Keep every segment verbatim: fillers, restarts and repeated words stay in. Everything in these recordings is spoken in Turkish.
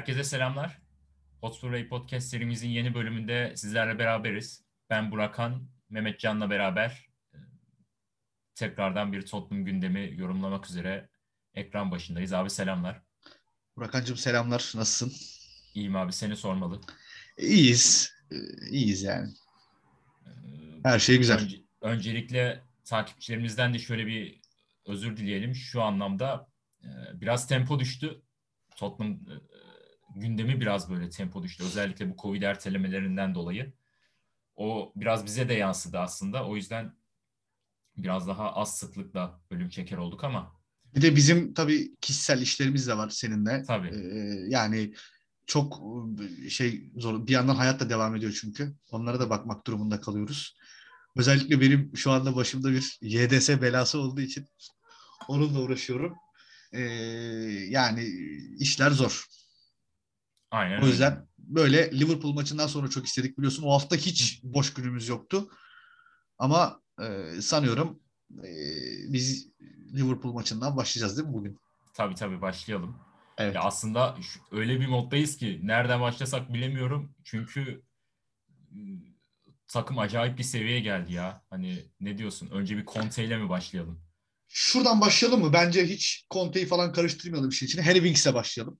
Herkese selamlar. Hotspur Ray Podcast serimizin yeni bölümünde sizlerle beraberiz. Ben Burakhan, Mehmet Can'la beraber e, tekrardan bir Tottenham gündemi yorumlamak üzere ekran başındayız. Abi selamlar. Burakancığım selamlar. Nasılsın? İyiyim abi, seni sormalı. İyiyiz. Ee, İyiyiz yani. Ee, Her şey güzel. önce, öncelikle takipçilerimizden de şöyle bir özür dileyelim. Şu anlamda e, biraz tempo düştü. Tottenham e, gündemi biraz böyle tempo düştü. Özellikle bu Covid ertelemelerinden dolayı. O biraz bize de yansıdı aslında. O yüzden biraz daha az sıklıkla bölüm çeker olduk ama Bir de bizim tabii kişisel işlerimiz de var seninle. Ee, tabii. yani çok e, şey zor. Bir yandan hayat da devam ediyor çünkü. Onlara da bakmak durumunda kalıyoruz. Özellikle benim şu anda başımda bir Y D S belası olduğu için onunla uğraşıyorum. Ee, yani işler zor. Aynen O öyle. yüzden böyle Liverpool maçından sonra çok istedik biliyorsun. O hafta hiç boş günümüz yoktu. Ama e, sanıyorum e, biz Liverpool maçından başlayacağız değil mi bugün? Tabii tabii başlayalım. Ya Evet. aslında şu- öyle bir moddayız ki nereden başlasak bilemiyorum. Çünkü ıı, takım acayip bir seviyeye geldi ya. Hani ne diyorsun? Önce bir Conte ile mi başlayalım? Şuradan başlayalım mı? Bence hiç Conte'yi falan karıştırmayalım işin içine. Harry Winks'le başlayalım.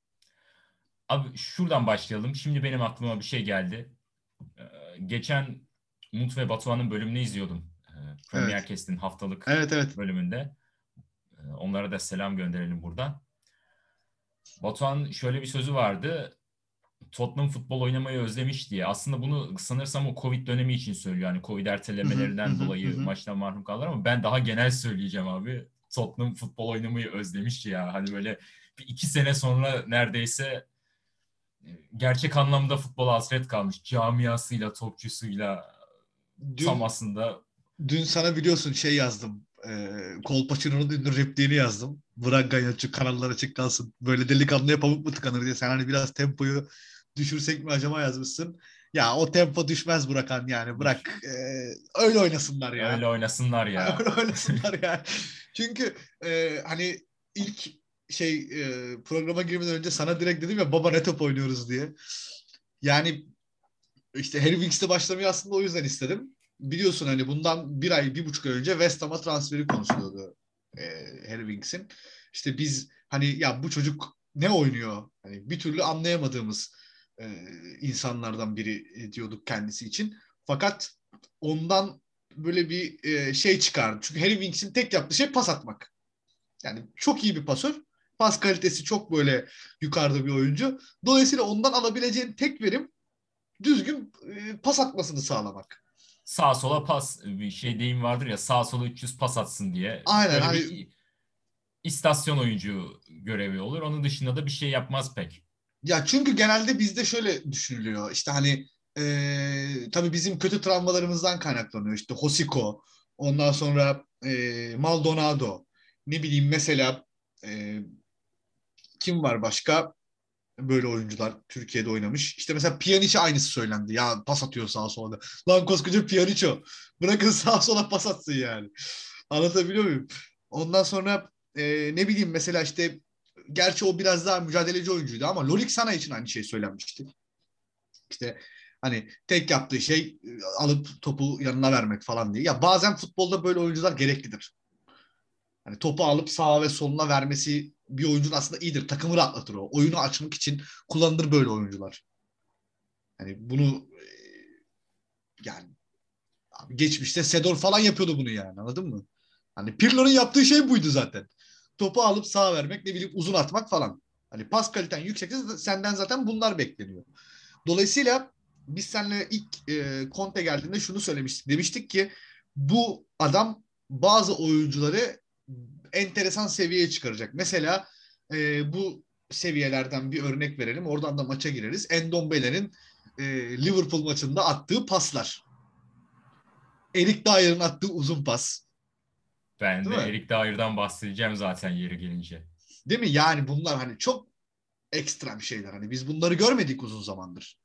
Abi şuradan başlayalım. Şimdi benim aklıma bir şey geldi. Ee, geçen Umut ve Batuhan'ın bölümünü izliyordum. Ee, Premier Evet. Cast'in haftalık Evet, evet. bölümünde. Ee, onlara da selam gönderelim buradan. Batuhan şöyle bir sözü vardı. Tottenham futbol oynamayı özlemiş diye. Aslında bunu sanırsam o Covid dönemi için söylüyor. Yani Covid Hı hı, hı ertelemelerinden hı, hı dolayı hı. maçtan mahrum kaldılar ama ben daha genel söyleyeceğim abi. Tottenham futbol oynamayı özlemiş ya. Hani böyle bir iki sene sonra neredeyse e, gerçek anlamda futbol hasret kalmış. Camiasıyla, topçusuyla tam Dün aslında dün sana biliyorsun şey yazdım. E, Kolpaçino'nun ünlü repliğini yazdım. Bırak Ganyotçu kanallar açık kalsın. Böyle delikanlıya pamuk mu tıkanır diye. Sen hani biraz tempoyu düşürsek mi acaba yazmışsın. Ya o tempo düşmez Burakan yani. düş. Bırak e, öyle oynasınlar ya. Öyle oynasınlar Öyle ya. oynasınlar yani. Çünkü e, hani ilk şey e, programa girmeden önce sana direkt dedim ya baba ne top oynuyoruz diye. Yani işte Harry Winks'te başlamayı aslında o yüzden istedim. Biliyorsun hani bundan bir ay, bir buçuk ay önce West Ham'a transferi konuşuluyordu e, Harry Winks'in. İşte biz hani ya bu çocuk ne oynuyor? Hani bir türlü anlayamadığımız e, insanlardan biri e, diyorduk kendisi için. Fakat ondan böyle bir e, şey çıkardı. Çünkü Harry Winks'in tek yaptığı şey pas atmak. Yani çok iyi bir pasör. Pas kalitesi çok böyle yukarıda bir oyuncu. Dolayısıyla ondan alabileceğin tek verim düzgün e, pas atmasını sağlamak. Sağ sola pas bir şey deyim vardır ya, sağ sola üç yüz pas atsın diye. Aynen Böyle hani bir istasyon oyuncu görevi olur. Onun dışında da bir şey yapmaz pek. ya çünkü genelde bizde şöyle düşünülüyor. İşte hani e, tabii bizim kötü travmalarımızdan kaynaklanıyor. İşte Hosiko, ondan sonra e, Maldonado, ne bileyim mesela e, kim var başka böyle oyuncular Türkiye'de oynamış. İşte mesela Pjanic aynısı söylendi. Ya pas atıyor sağa sola. Lan koskoca Pjanic o. Bırakın sağa sola pas atsın yani. Anlatabiliyor muyum? Ondan sonra e, ne bileyim mesela işte gerçi o biraz daha mücadeleci oyuncuydu ama Lolik Sana için aynı şey söylenmişti. İşte hani tek yaptığı şey e, alıp topu yanına vermek falan diye. Ya bazen futbolda böyle oyuncular gereklidir. Hani topu alıp sağa ve soluna vermesi bir oyuncunun aslında iyidir. Takımı rahatlatır o. Oyunu açmak için kullanılır böyle oyuncular. Hani bunu e, yani abi geçmişte Sedor falan yapıyordu bunu yani anladın mı? Hani Pirlo'nun yaptığı şey buydu zaten. Topu alıp sağa vermek ne bileyim uzun atmak falan. Hani pas kaliten yüksekse senden zaten bunlar bekleniyor. Dolayısıyla biz seninle ilk e, Conte geldiğinde şunu söylemiştik. Demiştik ki bu adam bazı oyuncuları enteresan seviyeye çıkaracak. Mesela e, bu seviyelerden bir örnek verelim. Oradan da maça gireriz. Endombele'nin e, Liverpool maçında attığı paslar. Erik Dyer'ın attığı uzun pas. Ben de Değil mi? Erik Dair'dan bahsedeceğim zaten yeri gelince. Değil mi? Yani bunlar hani çok ekstrem şeyler. Hani biz bunları görmedik uzun zamandır.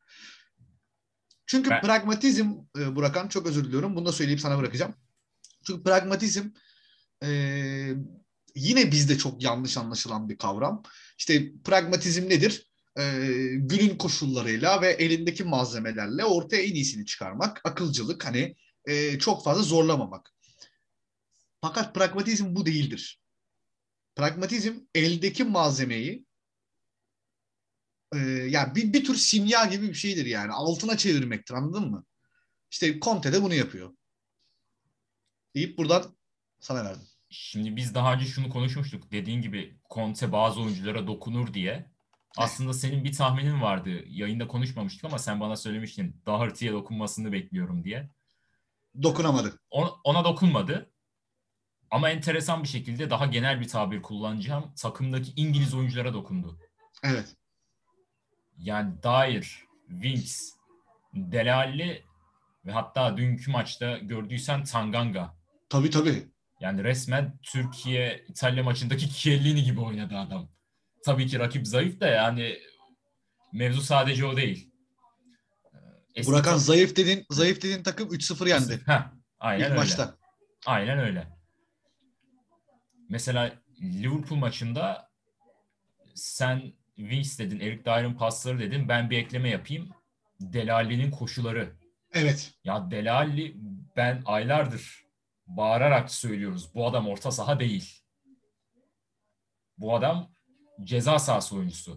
Çünkü Ben pragmatizm e, Burakan çok özür diliyorum. Bunu da söyleyip sana bırakacağım. Çünkü pragmatizm e, yine bizde çok yanlış anlaşılan bir kavram. İşte pragmatizm nedir? e, günün koşullarıyla ve elindeki malzemelerle ortaya en iyisini çıkarmak, akılcılık, hani e, çok fazla zorlamamak. Fakat pragmatizm bu değildir. Pragmatizm eldeki malzemeyi e, yani bir, bir tür simya gibi bir şeydir yani. Altına çevirmektir, anladın mı? İşte Conte de bunu yapıyor. Deyip buradan sana verdim. Şimdi biz daha önce şunu konuşmuştuk. Dediğin gibi Conte bazı oyunculara dokunur diye. Aslında senin bir tahminin vardı. Yayında konuşmamıştık ama sen bana söylemiştin. Doherty'ye dokunmasını bekliyorum diye. Dokunamadı. Ona, ona dokunmadı. Ama enteresan bir şekilde daha genel bir tabir kullanacağım. Takımdaki İngiliz oyunculara dokundu. Evet. Yani Dyer, Winks, Dele Alli ve hatta dünkü maçta gördüysen Tanganga. Tabii tabii. Yani resmen Türkiye-İtalya maçındaki Chiellini gibi oynadı adam. Tabii ki rakip zayıf da yani mevzu sadece o değil. Eski Burakan top... zayıf dediğin, zayıf dediğin takım üç sıfır yendi. Heh, aynen İlk öyle. maçta. Aynen öyle. Mesela Liverpool maçında sen Winks dedin, Eric Dyer'ın pasları dedin. Ben bir ekleme yapayım. Dele Alli'nin koşuları. Evet. Ya Dele Alli, ben aylardır bağırarak söylüyoruz. Bu adam orta saha değil. Bu adam ceza sahası oyuncusu.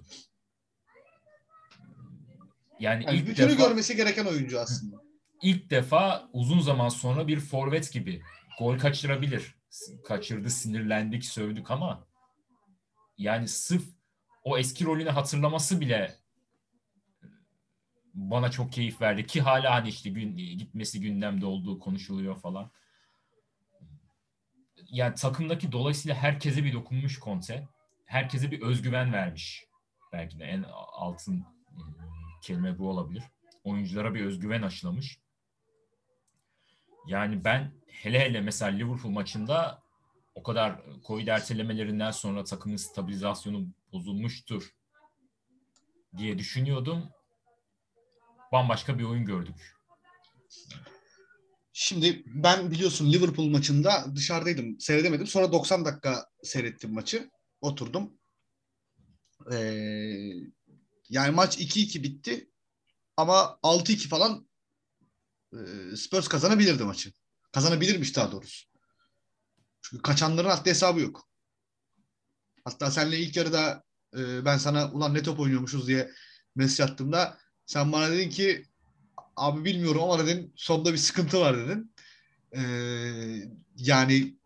Yani Yani ilk bütünü defa görmesi gereken oyuncu aslında. ilk defa uzun zaman sonra bir forvet gibi gol kaçırabilir. Kaçırdı, sinirlendik, sövdük ama yani sırf o eski rolünü hatırlaması bile bana çok keyif verdi ki hala hani işte gün, gitmesi gündemde olduğu konuşuluyor falan. Yani takımdaki dolayısıyla herkese bir dokunmuş Conte. Herkese bir özgüven vermiş. Belki de en altın e, kelime bu olabilir. Oyunculara bir özgüven aşılamış. Yani ben hele hele mesela Liverpool maçında o kadar Covid ertelemelerinden sonra takımın stabilizasyonu bozulmuştur diye düşünüyordum. Bambaşka bir oyun gördük. Şimdi ben biliyorsun Liverpool maçında dışarıdaydım. Seyredemedim. Sonra doksan dakika seyrettim maçı. Oturdum. Ee, yani maç iki iki bitti. Ama altı iki falan e, Spurs kazanabilirdi maçı. Kazanabilirmiş daha doğrusu. Çünkü kaçanların haddi hesabı yok. Hatta seninle ilk yarıda e, ben sana ulan ne top oynuyormuşuz diye mesaj attığımda sen bana dedin ki abi bilmiyorum ama dedin sonda bir sıkıntı var dedin. Ee, yani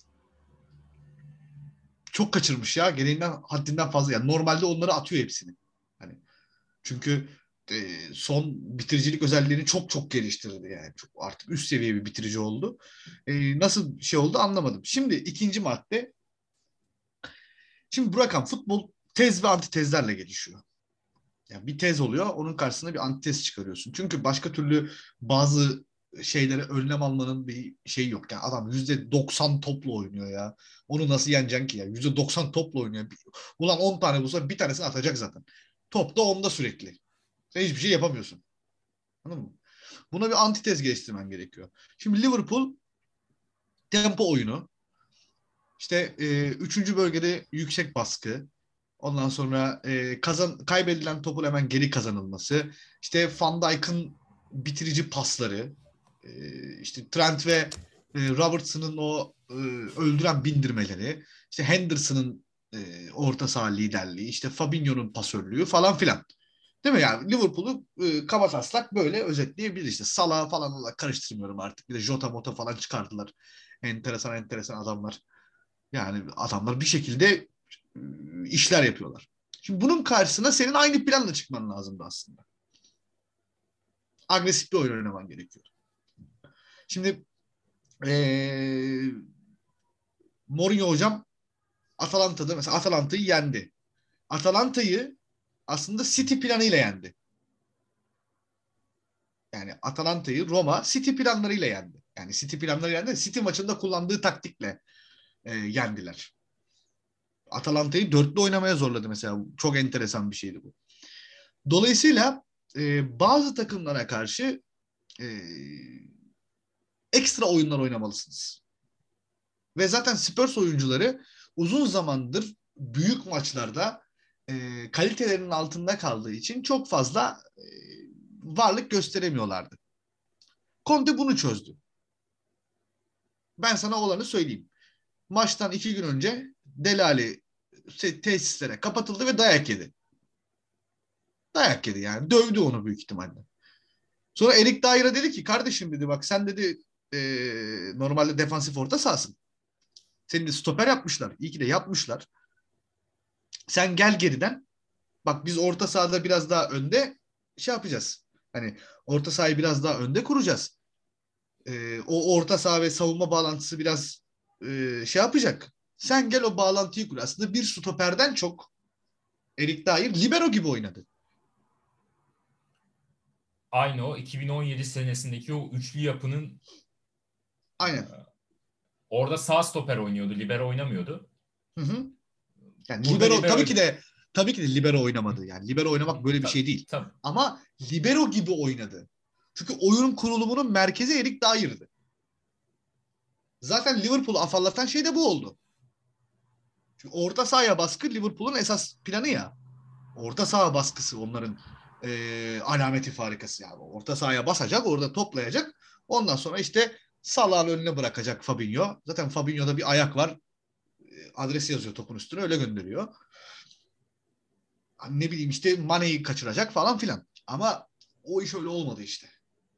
çok kaçırmış ya. Gereğinden haddinden fazla. Yani normalde onları atıyor hepsini. Hani çünkü e, son bitiricilik özelliğini çok çok geliştirdi yani. Çok artık üst seviye bir bitirici oldu. E, nasıl şey oldu anlamadım. Şimdi ikinci madde. Şimdi Burak'ım futbol tez ve antitezlerle gelişiyor. Yani bir tez oluyor, onun karşısına bir antitez çıkarıyorsun. Çünkü başka türlü bazı şeylere önlem almanın bir şeyi yok. Yani adam yüzde doksan topla oynuyor ya. Onu nasıl yeneceksin ki ya? yüzde doksan topla oynuyor. Ulan on tane bulsa bir tanesini atacak zaten. Top da onda sürekli. Sen hiçbir şey yapamıyorsun. Anladın mı? Buna bir antitez geliştirmen gerekiyor. Şimdi Liverpool tempo oyunu. İşte e, üçüncü bölgede yüksek baskı. Ondan sonra e, kazan kaybedilen topun hemen geri kazanılması. İşte Van Dijk'ın bitirici pasları. E, işte Trent ve e, Robertson'ın o e, öldüren bindirmeleri. İşte Henderson'ın e, orta saha liderliği. İşte Fabinho'nun pasörlüğü falan filan. Değil mi yani? Liverpool'u e, kaba taslak böyle özetleyebiliriz. İşte Salah falan karıştırmıyorum artık. Bir de Jota Mota falan çıkardılar. Enteresan enteresan adamlar. Yani adamlar bir şekilde e, işler yapıyorlar. Şimdi bunun karşısına senin aynı planla çıkman lazımdı aslında. Agresif bir oyun oynaman gerekiyor. Şimdi ee, Mourinho hocam Atalanta'da mesela Atalanta'yı yendi. Atalanta'yı aslında City planıyla yendi. Yani Atalanta'yı Roma City planlarıyla yendi. Yani City planlarıyla yendi. City maçında kullandığı taktikle e, yendiler. Atalanta'yı dörtlü oynamaya zorladı mesela. Çok enteresan bir şeydi bu. Dolayısıyla e, bazı takımlara karşı e, ekstra oyunlar oynamalısınız. Ve zaten Spurs oyuncuları uzun zamandır büyük maçlarda e, kalitelerinin altında kaldığı için çok fazla e, varlık gösteremiyorlardı. Conte bunu çözdü. Ben sana olanı söyleyeyim. Maçtan iki gün önce Delali tesislere kapatıldı ve dayak yedi. Dayak yedi yani. Dövdü onu büyük ihtimalle. Sonra Erik Dair'a dedi ki kardeşim dedi bak sen dedi e, normalde defansif orta sahasın. Seni de stoper yapmışlar. İyi ki de yapmışlar. Sen gel geriden. Bak biz orta sahada biraz daha önde şey yapacağız. Hani orta sahayı biraz daha önde kuracağız. E, o orta saha ve savunma bağlantısı biraz e, şey yapacak. Sen gel o bağlantıyı kur. Aslında bir stoperden çok Erik Dair libero gibi oynadı. Aynı o iki bin on yedi senesindeki o üçlü yapının e, Aynen. orada sağ stoper oynuyordu. Libero oynamıyordu. Hı hı. Yani Burada libero libero tabii ki de tabii ki de libero oynamadı. Yani libero oynamak böyle bir tabii, şey değil. tabii. Ama libero gibi oynadı. Çünkü oyunun kurulumunun merkezi Erik Dair'di. Zaten Liverpool'u afallatan şey de bu oldu. Çünkü orta sahaya baskı Liverpool'un esas planı ya. Orta saha baskısı onların e, alameti farikası yani. Orta sahaya basacak, orada toplayacak. Ondan sonra işte Salah'ın önüne bırakacak Fabinho. Zaten Fabinho'da bir ayak var. Adresi yazıyor topun üstüne öyle gönderiyor. Ne bileyim işte Mane'yi kaçıracak falan filan. Ama o iş öyle olmadı işte.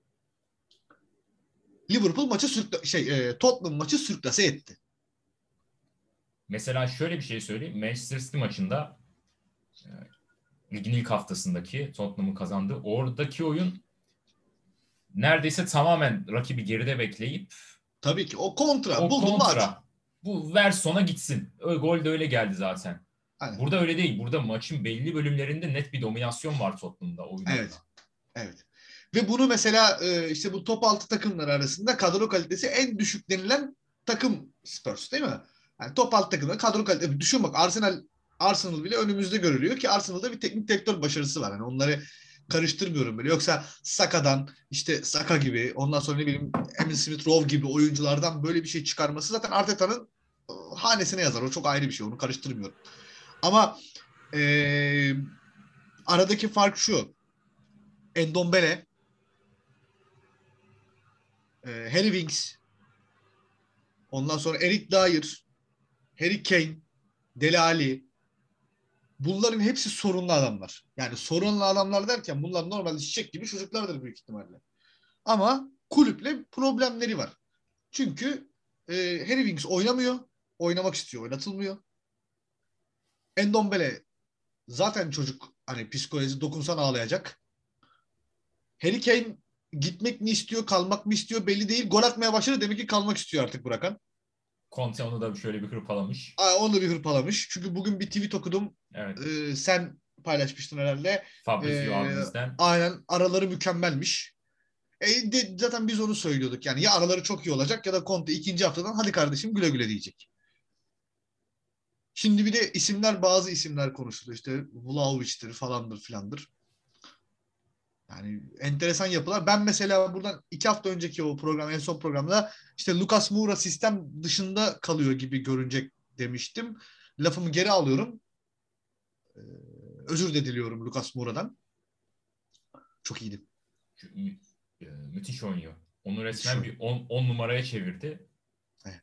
Liverpool maçı sürükle, şey e, Tottenham maçı sürklase etti. Mesela şöyle bir şey söyleyeyim. Manchester City maçında e, ligin ilk haftasındaki Tottenham'ın kazandığı oradaki oyun neredeyse tamamen rakibi geride bekleyip Tabii ki o kontra o buldun mu at. kontra bu ver sona gitsin. O gol de öyle geldi zaten. Hani, Burada öyle değil. Burada maçın belli bölümlerinde net bir dominasyon var Tottenham'da oyun evet. adına. Evet. Ve bunu mesela e, işte bu top altı takımlar arasında kadro kalitesi en düşük denilen takım Spurs değil mi? Yani top altı takımlar kadro kalitesi. Düşün bak Arsenal Arsenal bile önümüzde görülüyor ki Arsenal'da bir teknik direktör başarısı var. Yani onları karıştırmıyorum böyle. Yoksa Saka'dan işte Saka gibi ondan sonra ne bileyim Emil Smith Rowe gibi oyunculardan böyle bir şey çıkarması zaten Arteta'nın e, hanesine yazar. O çok ayrı bir şey. Onu karıştırmıyorum. Ama e, aradaki fark şu. Endombele, e, Harry Winks, ondan sonra Eric Dyer, Harry Kane, Dele Alli. Bunların hepsi sorunlu adamlar. Yani sorunlu adamlar derken bunlar normalde çiçek gibi çocuklardır büyük ihtimalle. Ama kulüple problemleri var. Çünkü e, Harry Winks oynamıyor. Oynamak istiyor, oynatılmıyor. Endombele zaten çocuk hani psikoloji dokunsan ağlayacak. Harry Kane gitmek mi istiyor, kalmak mı istiyor belli değil. Gol atmaya başladı demek ki kalmak istiyor artık Burakan. Conte onu da şöyle bir hırpalamış. Aa, onu da bir hırpalamış. Çünkü bugün bir tweet okudum. Evet. Ee, sen paylaşmıştın herhalde. Fabrizio Ee, abimizden. aynen araları mükemmelmiş. E, de, zaten biz onu söylüyorduk. Yani ya araları çok iyi olacak ya da Conte ikinci haftadan hadi kardeşim güle güle diyecek. Şimdi bir de isimler bazı isimler konuşuluyor. İşte Vlahovic'tir falandır filandır. Yani enteresan yapılar. Ben mesela buradan iki hafta önceki o program en son programda işte Lucas Moura sistem dışında kalıyor gibi görünecek demiştim. Lafımı geri alıyorum. Ee, özür de diliyorum Lucas Moura'dan. Çok iyiydi. Mü- e, müthiş oynuyor. Onu Müthiş resmen oyun. bir on numaraya çevirdi. Evet.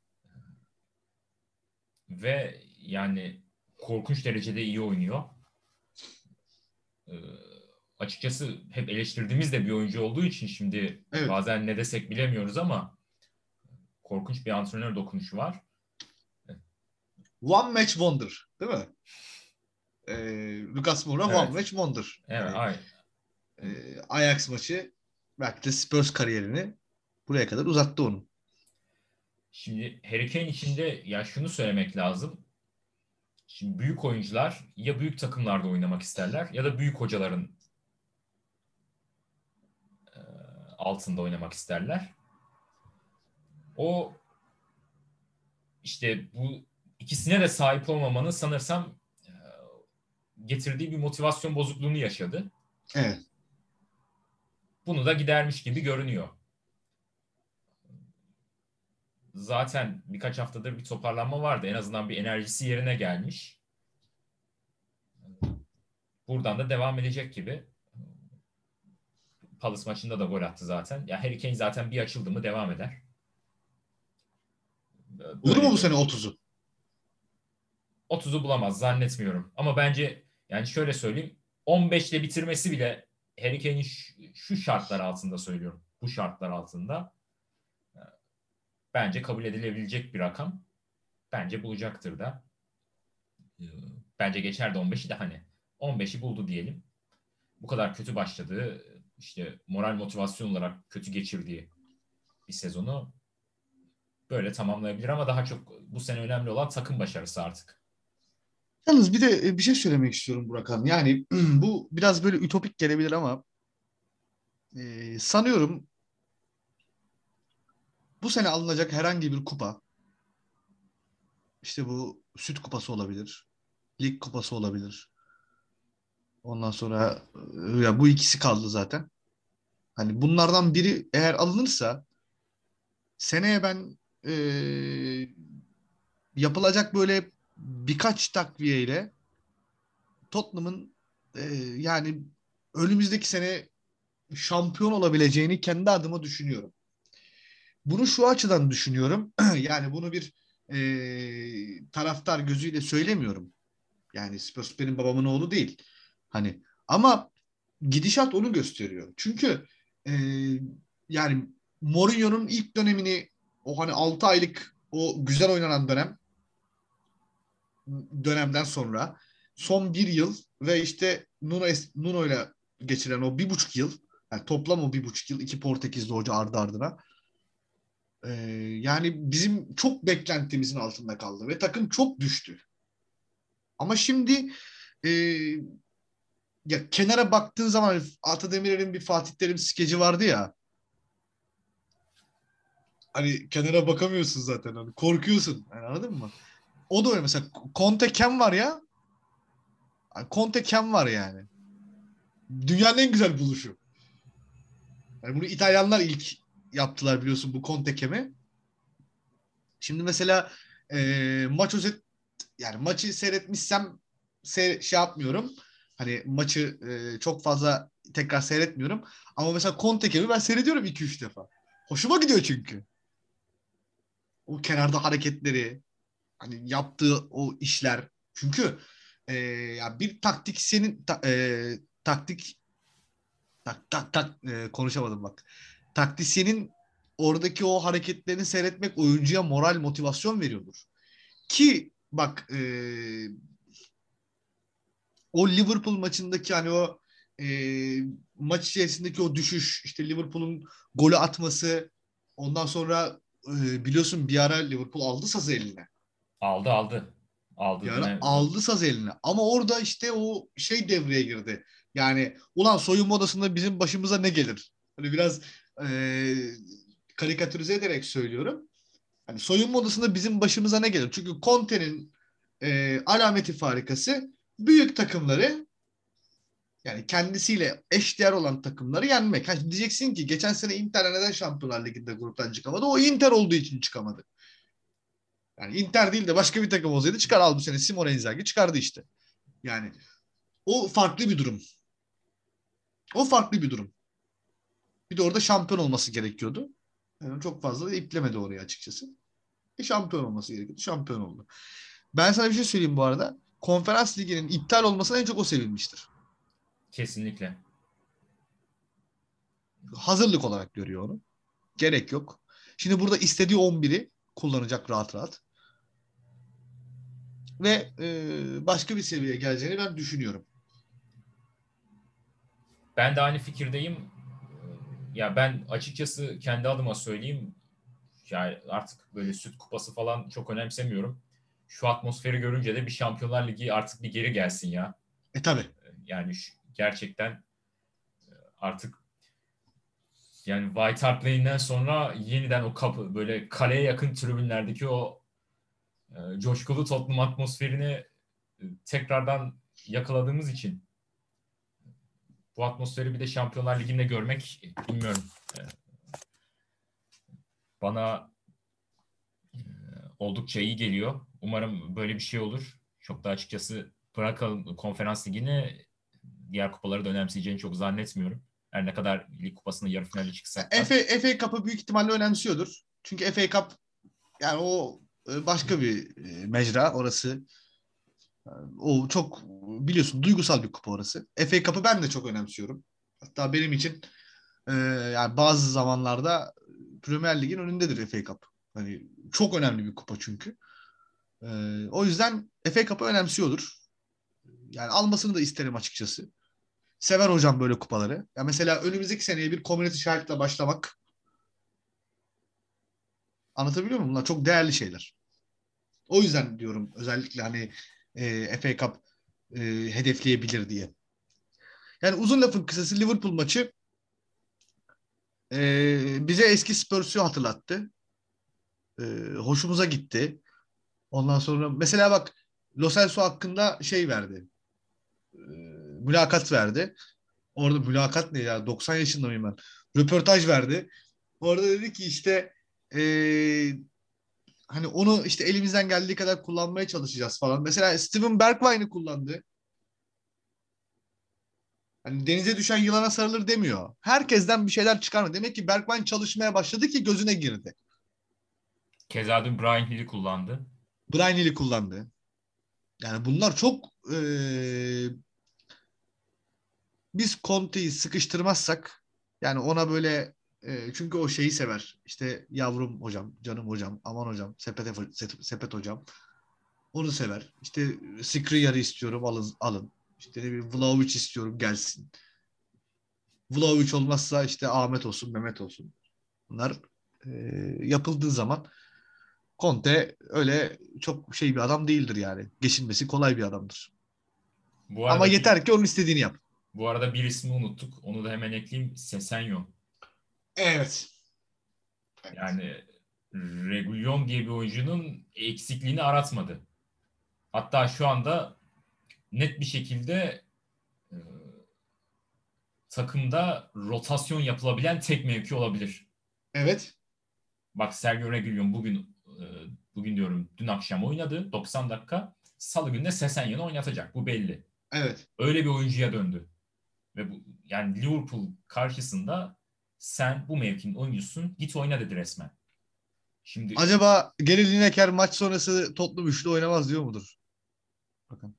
Ve yani korkunç derecede iyi oynuyor. Ee, açıkçası hep eleştirdiğimiz de bir oyuncu olduğu için şimdi Evet. bazen ne desek bilemiyoruz ama korkunç bir antrenör dokunuşu var. One match wonder, değil mi? Ee, Lucas Moura one Evet. match wonder. Evet. Yani Ay. e, Ajax maçı belki de Spurs kariyerini buraya kadar uzattı onun. Şimdi Harry Kane için de ya şunu söylemek lazım. Şimdi büyük oyuncular ya büyük takımlarda oynamak isterler ya da büyük hocaların e, altında oynamak isterler. O işte bu ikisine de sahip olmamanın sanırsam e, getirdiği bir motivasyon bozukluğunu yaşadı. Evet. Bunu da gidermiş gibi görünüyor. Zaten birkaç haftadır bir toparlanma vardı. En azından bir enerjisi yerine gelmiş. buradan da devam edecek gibi. Palace maçında da gol attı zaten. Ya Harry Kane zaten bir açıldı mı devam eder. Olur mu Böyle bu bir sene otuzu? otuzu bulamaz zannetmiyorum. Ama bence yani şöyle söyleyeyim, on beşle bitirmesi bile Harry Kane'in şu, şu şartlar altında söylüyorum. Bu şartlar altında bence kabul edilebilecek bir rakam. Bence bulacaktır da. Bence geçer de on beşi de hani on beşi buldu diyelim. Bu kadar kötü başladığı, işte moral motivasyon olarak kötü geçirdiği bir sezonu böyle tamamlayabilir ama daha çok bu sene önemli olan takım başarısı artık. Yalnız bir de e, bir şey söylemek istiyorum Burak Han. Yani bu biraz böyle ütopik gelebilir ama e, sanıyorum bu sene alınacak herhangi bir kupa, işte bu süt kupası olabilir, lig kupası olabilir. Ondan sonra e, ya bu ikisi kaldı zaten. Hani bunlardan biri eğer alınırsa seneye ben e, yapılacak böyle birkaç takviyeyle Tottenham'ın e, yani önümüzdeki sene şampiyon olabileceğini kendi adıma düşünüyorum. Bunu şu açıdan düşünüyorum. Yani bunu bir e, taraftar gözüyle söylemiyorum. Yani Spurs benim babamın oğlu değil. Hani ama gidişat onu gösteriyor. Çünkü e, yani Mourinho'nun ilk dönemini, o hani altı aylık o güzel oynanan dönem dönemden sonra son bir yıl ve işte Nuno, Nuno ile geçiren o bir buçuk yıl, yani toplam o bir buçuk yıl iki Portekizli hoca ardı ardına, e, yani bizim çok beklentimizin altında kaldı ve takım çok düştü. Ama şimdi e, ya kenara baktığın zaman hani Atademir'in bir Fatih Terim skeci vardı ya, hani kenara bakamıyorsun zaten, hani korkuyorsun, yani anladın mı? O da öyle, mesela Conte Kem var ya, hani Conte Kem var yani. Dünyanın en güzel buluşu. Yani bunu İtalyanlar ilk yaptılar biliyorsun, bu Conte Kem'i. Şimdi mesela e, maç özet, yani maçı seyretmişsem seyre- şey yapmıyorum. Hani maçı e, çok fazla tekrar seyretmiyorum. Ama mesela Conte Kem'i ben seyrediyorum iki üç defa. Hoşuma gidiyor çünkü. O kenarda hareketleri, hani yaptığı o işler. Çünkü e, ya bir taktiksenin ta, e, taktik tak tak tak e, konuşamadım bak. Taktisyenin oradaki o hareketlerini seyretmek oyuncuya moral, motivasyon veriyordur. Ki bak e, o Liverpool maçındaki hani o e, maç içerisindeki o düşüş, işte Liverpool'un golü atması, ondan sonra e, biliyorsun bir ara Liverpool aldı sazı eline. Aldı aldı. Bir Aldı ara dönem. aldı saz eline. Ama orada işte o şey devreye girdi. Yani ulan soyunma odasında bizim başımıza ne gelir? Hani biraz e, karikatürize ederek söylüyorum. Hani soyunma odasında bizim başımıza ne gelir? Çünkü Conte'nin e, alameti farikası büyük takımları, yani kendisiyle eşdeğer olan takımları yenmek. Ha, diyeceksin ki geçen sene Inter neden Şampiyonlar Ligi'nde gruptan çıkamadı? O Inter olduğu için çıkamadı. Yani Inter değil de başka bir takım olsaydı çıkar, al bu sene Simone Inzaghi çıkardı işte. Yani o farklı bir durum. O farklı bir durum. Bir de orada şampiyon olması gerekiyordu. Yani çok fazla da iplemedi oraya açıkçası. E, şampiyon olması gerekiyordu. Şampiyon oldu. Ben sana bir şey söyleyeyim bu arada. Konferans liginin iptal olmasına en çok o sevinmiştir. Kesinlikle. Hazırlık olarak görüyor onu. Gerek yok. Şimdi burada istediği on biri kullanacak rahat rahat. Ve e, başka bir seviyeye geleceğini ben düşünüyorum. Ben de aynı fikirdeyim. Ya ben açıkçası kendi adıma söyleyeyim. Yani artık böyle süt kupası falan çok önemsemiyorum. Şu atmosferi görünce de bir Şampiyonlar Ligi artık bir geri gelsin ya. E tabi. Yani şu, gerçekten artık yani White Hart Lane'den sonra yeniden o kapı böyle kaleye yakın tribünlerdeki o e, coşkulu Tottenham atmosferini e, tekrardan yakaladığımız için bu atmosferi bir de Şampiyonlar Ligi'nde görmek e, bilmiyorum. E, bana e, oldukça iyi geliyor. Umarım böyle bir şey olur. Çok da açıkçası bırakalım Konferans Ligi'ni, diğer kupaları da önemseyeceğini çok zannetmiyorum. Her ne kadar lig kupasında yarı finale çıksak da. F A, F A Cup'ı büyük ihtimalle önemsiyordur. Çünkü F A Cup yani o e, başka bir e, mecra orası. O çok biliyorsun duygusal bir kupa orası. F A Cup'ı ben de çok önemsiyorum. Hatta benim için e, yani bazı zamanlarda Premier Lig'in önündedir F A Cup. Hani çok önemli bir kupa çünkü. E, o yüzden F A Cup'ı önemsiyordur. Yani almasını da isterim açıkçası. Sever hocam böyle kupaları. Ya mesela önümüzdeki seneye bir Community Shield'la başlamak, anlatabiliyor muyum? Bunlar çok değerli şeyler. O yüzden diyorum özellikle hani e, F A Cup e, hedefleyebilir diye. Yani uzun lafın kısası Liverpool maçı e, bize eski Spurs'u hatırlattı. E, hoşumuza gitti. Ondan sonra mesela bak Lo Celso hakkında şey verdi. E, mülakat verdi. Orada mülakat ne ya? doksan yaşında mıyım ben? Röportaj verdi. Orada dedi ki işte e, hani onu işte elimizden geldiği kadar kullanmaya çalışacağız falan. Mesela Steven Bergwijn'i kullandı. Hani denize düşen yılana sarılır demiyor. Herkesten bir şeyler çıkarma. Demek ki Bergwijn çalışmaya başladı ki gözüne girdi. Keza dün Bryan Hill'i kullandı. Brian Hill'i kullandı. Yani bunlar çok eee, biz Conte'yi sıkıştırmazsak yani ona böyle eee, çünkü o şeyi sever. İşte yavrum hocam, canım hocam, aman hocam, sepet, sepet hocam. Onu sever. İşte Skriniar'ı istiyorum alın. alın. İşte ne bileyim Vlahovic istiyorum gelsin. Vlahovic olmazsa işte Ahmet olsun, Mehmet olsun. Bunlar eee, yapıldığı zaman Conte öyle çok şey bir adam değildir yani. Geçinmesi kolay bir adamdır. Bu Ama arada bir yeter ki onun istediğini yap. bu arada bir ismi unuttuk. Onu da hemen ekleyeyim. Sesenyo. Evet. Evet. Yani Reguilon diye bir oyuncunun eksikliğini aratmadı. Hatta şu anda net bir şekilde e, takımda rotasyon yapılabilen tek mevki olabilir. Evet. Bak Sergio Reguilon bugün e, bugün diyorum dün akşam oynadı doksan dakika. Salı günde Sesenyo'nu oynatacak. Bu belli. Evet. Öyle bir oyuncuya döndü. Ve bu yani Liverpool karşısında sen bu mevkinin oyuncusun git oyna dedi resmen. Şimdi Acaba Geri Lineker maç sonrası Tottenham üçlü oynamaz diyor mudur? Bakın.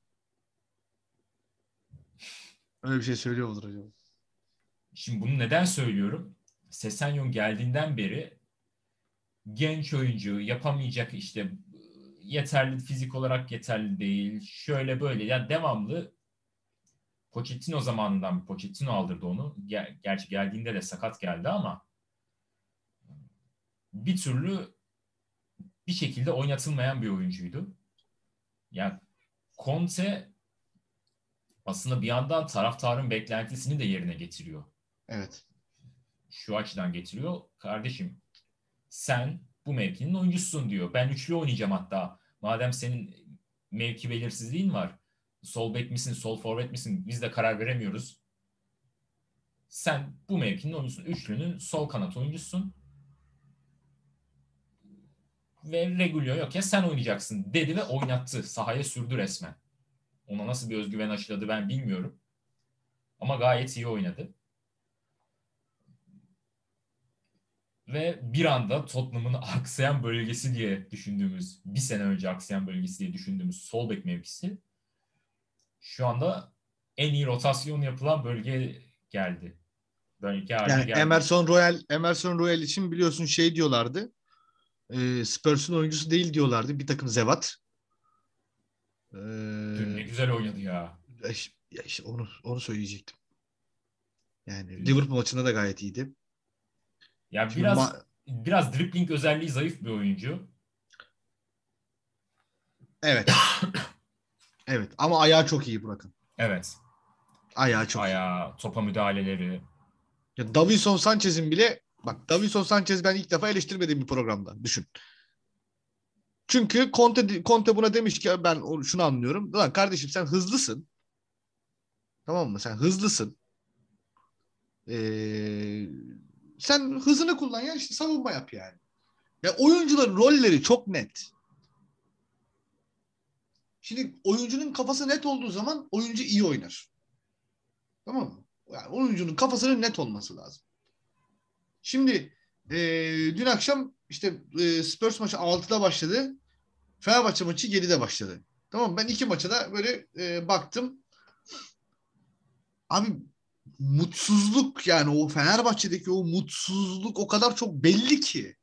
Öyle bir şey söylüyor mudur acaba? şimdi bunu neden söylüyorum? Sesenyon geldiğinden beri genç oyuncu yapamayacak işte yeterli fizik olarak yeterli değil. Şöyle böyle ya devamlı Pochettino zamanından Pochettino aldırdı onu. Ger- gerçi geldiğinde de sakat geldi ama bir türlü bir şekilde oynatılmayan bir oyuncuydu. Yani Conte aslında bir yandan taraftarın beklentisini de yerine getiriyor. Evet. Şu açıdan getiriyor. Kardeşim sen bu mevkinin oyuncususun diyor. Ben üçlü oynayacağım hatta. Madem senin mevki belirsizliğin var. Sol bek misin, sol forvet misin? Biz de karar veremiyoruz. Sen bu mevkinin oyuncusun. Üçlünün sol kanat oyuncusun. Ve Regulio yok ya sen oynayacaksın dedi ve oynattı. Sahaya sürdü resmen. Ona nasıl bir özgüven aşıladı ben bilmiyorum. Ama gayet iyi oynadı. Ve bir anda Tottenham'ın aksayan bölgesi diye düşündüğümüz, bir sene önce aksayan bölgesi diye düşündüğümüz sol bek mevkisi şu anda en iyi rotasyon yapılan bölge geldi. Bölge haline Yani geldi. Emerson Royal Emerson Royal için biliyorsun şey diyorlardı. E, Spurs'un oyuncusu değil diyorlardı. Bir takım zevat. Dün ne E, güzel oynadı ya. ya işte ya işte onu onu söyleyecektim. Yani Dün. Liverpool maçında da gayet iyiydi. Ya Şimdi biraz ma- biraz dribbling özelliği zayıf bir oyuncu. evet. Evet ama ayağı çok iyi Burak'ın. Evet. Ayağı çok iyi. Ayağı, topa müdahaleleri. Ya Davinson Sanchez'in bile bak Davinson Sanchez ben ilk defa eleştirmediğim bir programda. Düşün. Çünkü Conte, Conte buna demiş ki ben şunu anlıyorum. Lan kardeşim sen hızlısın. Tamam mı? Sen hızlısın. Ee, sen hızını kullan ya işte savunma yap yani. Ya oyuncuların rolleri çok net. Şimdi oyuncunun kafası net olduğu zaman oyuncu iyi oynar. Tamam mı? Yani oyuncunun kafasının net olması lazım. Şimdi e, dün akşam işte e, Spurs maçı altıda başladı. Fenerbahçe maçı yedide başladı. Tamam mı? Ben iki maça da böyle e, baktım. Abi mutsuzluk, yani o Fenerbahçe'deki o mutsuzluk o kadar çok belli ki.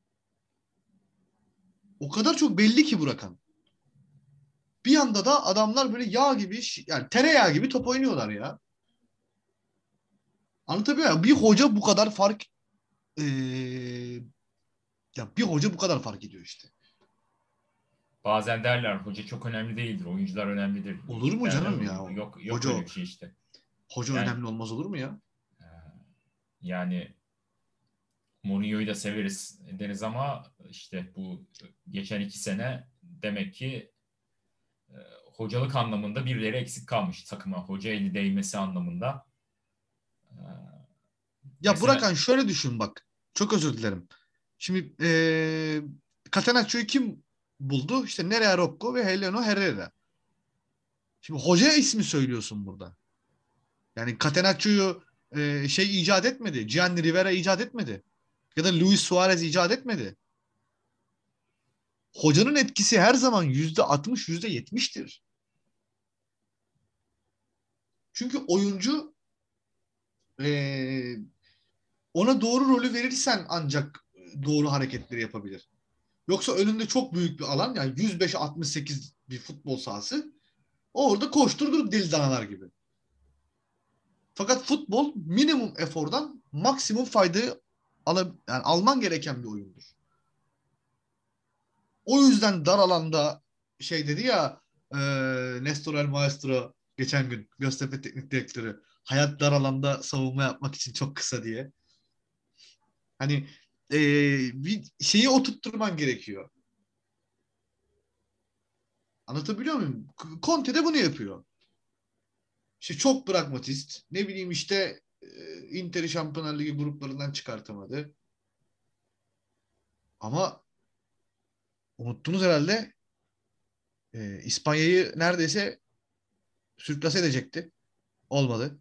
O kadar çok belli ki Burakan. Bir yanda da adamlar böyle yağ gibi, yani tereyağı gibi top oynuyorlar ya. Anlatabiliyor muyum? Bir hoca bu kadar fark ee, ya bir hoca bu kadar fark ediyor işte. Bazen derler hoca çok önemli değildir, oyuncular önemlidir Olur mu derler. canım ya? Yok yok Hoca öyle bir şey işte. hoca Yani önemli olmaz olur mu ya? e, yani Mourinho'yu da severiz deriz ama işte bu geçen iki sene demek ki e, hocalık anlamında birileri eksik kalmış takıma. Hoca eli değmesi anlamında. E, Ya mesela Burakan şöyle düşün bak. Çok özür dilerim. Şimdi ee, Catenaccio'yu kim buldu? İşte Nerea Rocco ve Heleno Herrera. Şimdi hoca ismi söylüyorsun burada. Yani Catenaccio'yu e, şey icat etmedi. Gianni Rivera icat etmedi. Ya da Luis Suarez icat etmedi. Hocanın etkisi her zaman yüzde altmış, yüzde yetmiştir. Çünkü oyuncu e, ona doğru rolü verirsen ancak doğru hareketleri yapabilir. Yoksa önünde çok büyük bir alan, yani yüz beş altmış sekiz bir futbol sahası. Orada koşturdur deli danalar gibi. Fakat futbol minimum efordan maksimum faydayı al yani alman gereken bir oyundur. O yüzden dar alanda şey dedi ya e, Nestor El Maestro geçen gün, Göztepe Teknik Direktörü, hayat dar alanda savunma yapmak için çok kısa diye. Hani e, bir şeyi oturtturman gerekiyor. Anlatabiliyor muyum? Conte de bunu yapıyor. İşte çok pragmatist. Ne bileyim işte e, Inter'i Şampiyonlar Ligi gruplarından çıkartamadı. Ama unuttunuz herhalde, e, İspanya'yı neredeyse sürklase edecekti. Olmadı.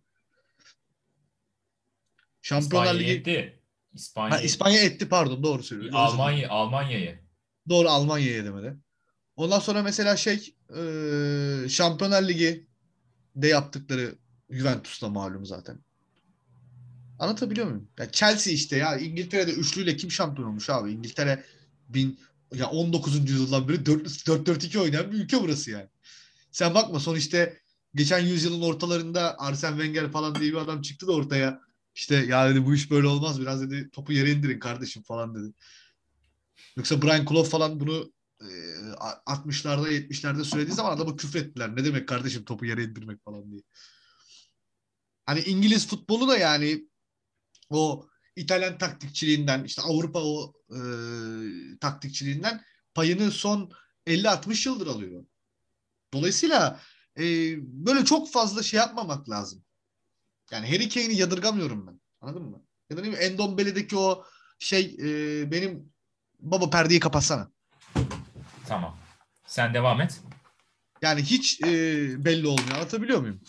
Şampiyonlar İspanya'yı Ligi, etti. ha, İspanya'yı İspanya etti, pardon, doğru söylüyor. Özür dilerim. Almanya Almanya'yı. Doğru, Almanya'ya demedi. Ondan sonra mesela şey e, Şampiyonlar Ligi'de yaptıkları Juventus'la malum zaten. Anlatabiliyor muyum? Ya Chelsea işte, ya İngiltere'de üçlüyle kim şampiyon olmuş abi? İngiltere bin, ya on dokuzuncu yüzyıldan beri dört dört iki oynayan bir ülke burası yani. Sen bakma, son işte geçen yüzyılın ortalarında Arsene Wenger falan diye bir adam çıktı da ortaya. İşte ya dedi, bu iş böyle olmaz, biraz dedi topu yere indirin kardeşim falan dedi. Yoksa Brian Clough falan bunu e, altmışlarda yetmişlerde söylediği zaman adamı küfrettiler. Ne demek kardeşim topu yere indirmek falan diye. Hani İngiliz futbolu da yani o İtalyan taktikçiliğinden, işte Avrupa o e, taktikçiliğinden payını son elli altmış yıldır alıyor. Dolayısıyla e, böyle çok fazla şey yapmamak lazım. Yani Harry Kane'i yadırgamıyorum ben. Anladın mı? Ya da ne bileyim, Endombele'deki o şey e, benim baba, perdeyi kapatsana. Tamam. Sen devam et. Yani hiç e, belli olmuyor. Anlatabiliyor muyum?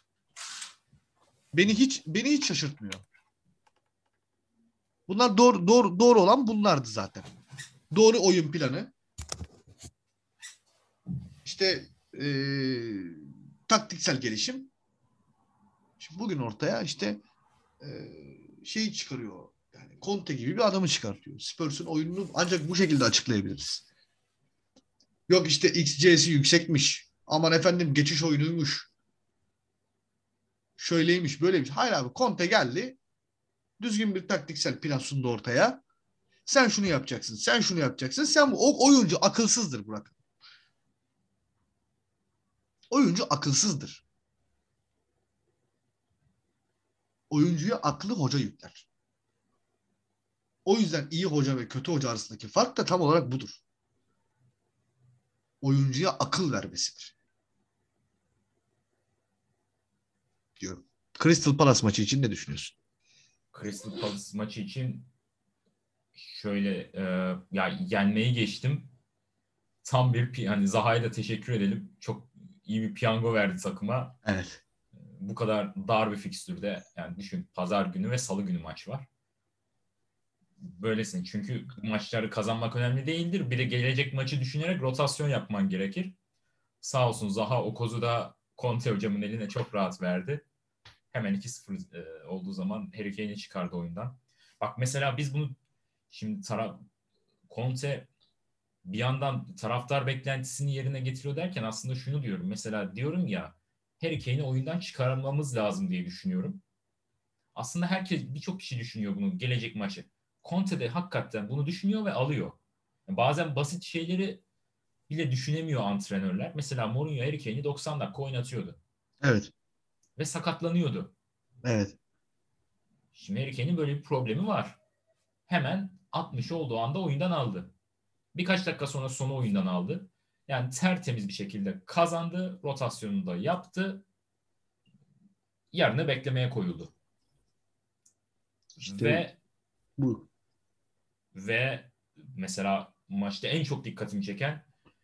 Beni hiç beni hiç şaşırtmıyor. Bunlar doğru doğru doğru olan bunlardı zaten. Doğru oyun planı. İşte e, taktiksel gelişim. Şimdi bugün ortaya işte e, şeyi çıkarıyor. Yani Conte gibi bir adamı çıkartıyor. Spurs'un oyununu ancak bu şekilde açıklayabiliriz. Yok işte X C'si yüksekmiş. Aman efendim geçiş oyunuymuş. Şöyleymiş, böyleymiş. Hayır abi, Conte geldi. Düzgün bir taktiksel plan sundu ortaya. Sen şunu yapacaksın, sen şunu yapacaksın. Sen bu o oyuncu akılsızdır Burak. Oyuncu akılsızdır. Oyuncuya aklı hoca yükler. O yüzden iyi hoca ve kötü hoca arasındaki fark da tam olarak budur. Oyuncuya akıl vermesidir diyorum. Crystal Palace maçı için ne düşünüyorsun? Crystal Palace maçı için şöyle e, ya yenmeyi geçtim. Tam bir pi- hani Zaha'ya da teşekkür edelim. Çok iyi bir piyango verdi takıma. Evet. bu kadar dar bir fikstürde, yani düşün, pazar günü ve salı günü maç var. Böylesin. Çünkü maçları kazanmak önemli değildir. Bir de gelecek maçı düşünerek rotasyon yapman gerekir. Sağ olsun Zaha o kozu da Conte hocamın eline çok rahat verdi. Hemen iki sıfır e, olduğu zaman Harry Kane'i çıkardı oyundan. Bak mesela biz bunu şimdi taraf Conte bir yandan taraftar beklentisini yerine getiriyor derken aslında şunu diyorum. Mesela diyorum ya, Harry Kane'i oyundan çıkarmamız lazım diye düşünüyorum. Aslında herkes, birçok kişi düşünüyor bunu gelecek maçı. Conte de hakikaten bunu düşünüyor ve alıyor. Yani bazen basit şeyleri bile düşünemiyor antrenörler. Mesela Mourinho Harry Kane'i doksan dakika oynatıyordu Evet. ve sakatlanıyordu. Evet. Şimdi Harry Kane'in böyle bir problemi var. Hemen altmış olduğu anda oyundan aldı. Birkaç dakika sonra sonu oyundan aldı. Yani tertemiz bir şekilde kazandı. Rotasyonunu da yaptı. Yarını beklemeye koyuldu. İşte Ve bu. ve mesela maçta en çok dikkatimi çeken,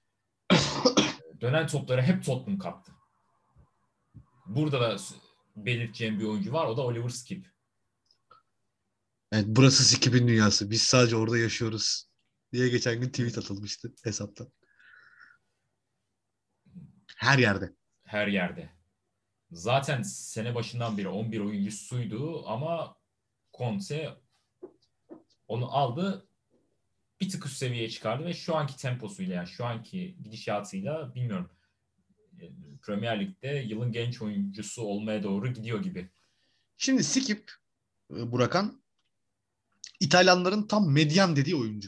dönen topları hep Tottenham kaptı. Burada da belirteceğim bir oyuncu var. O da Oliver Skip. Evet, burası Skip'in dünyası. Biz sadece orada yaşıyoruz diye geçen gün tweet atılmıştı hesapta. Her yerde. Her yerde. Zaten sene başından beri on bir oyuncusuydu ama Conte onu aldı, bir tık üst seviyeye çıkardı ve şu anki temposuyla, yani şu anki gidişatıyla, bilmiyorum, e, Premier Lig'de yılın genç oyuncusu olmaya doğru gidiyor gibi. Şimdi Skip, e, Burakan, İtalyanların tam medyan dediği oyuncu.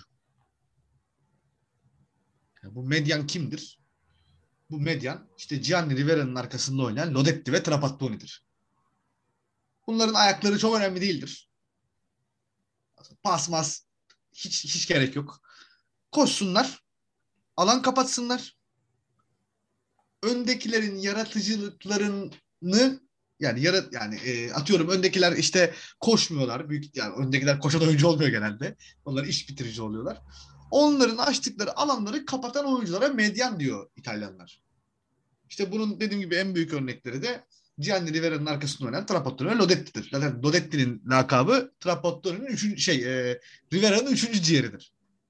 Yani bu medyan kimdir? Bu medyan işte Gianni Rivera'nın arkasında oynayan Lodetti ve Trapattoni'dir. Bunların ayakları çok önemli değildir. Pas mas hiç, hiç gerek yok. Koşsunlar, alan kapatsınlar. Öndekilerin yaratıcılıklarını yani yarat yani e, atıyorum öndekiler işte koşmuyorlar. Büyük yani öndekiler koşan oyuncu olmuyor genelde. Onlar iş bitirici oluyorlar. Onların açtıkları alanları kapatan oyunculara medyan diyor İtalyanlar. İşte bunun dediğim gibi en büyük örnekleri de Gianni Rivera'nın arkasında oynayan Trapattoni ve Lodetti'dir. Zaten Lodetti'nin lakabı Trapattoni'nin üçüncü şey e, Rivera'nın üçüncü ciğeridir.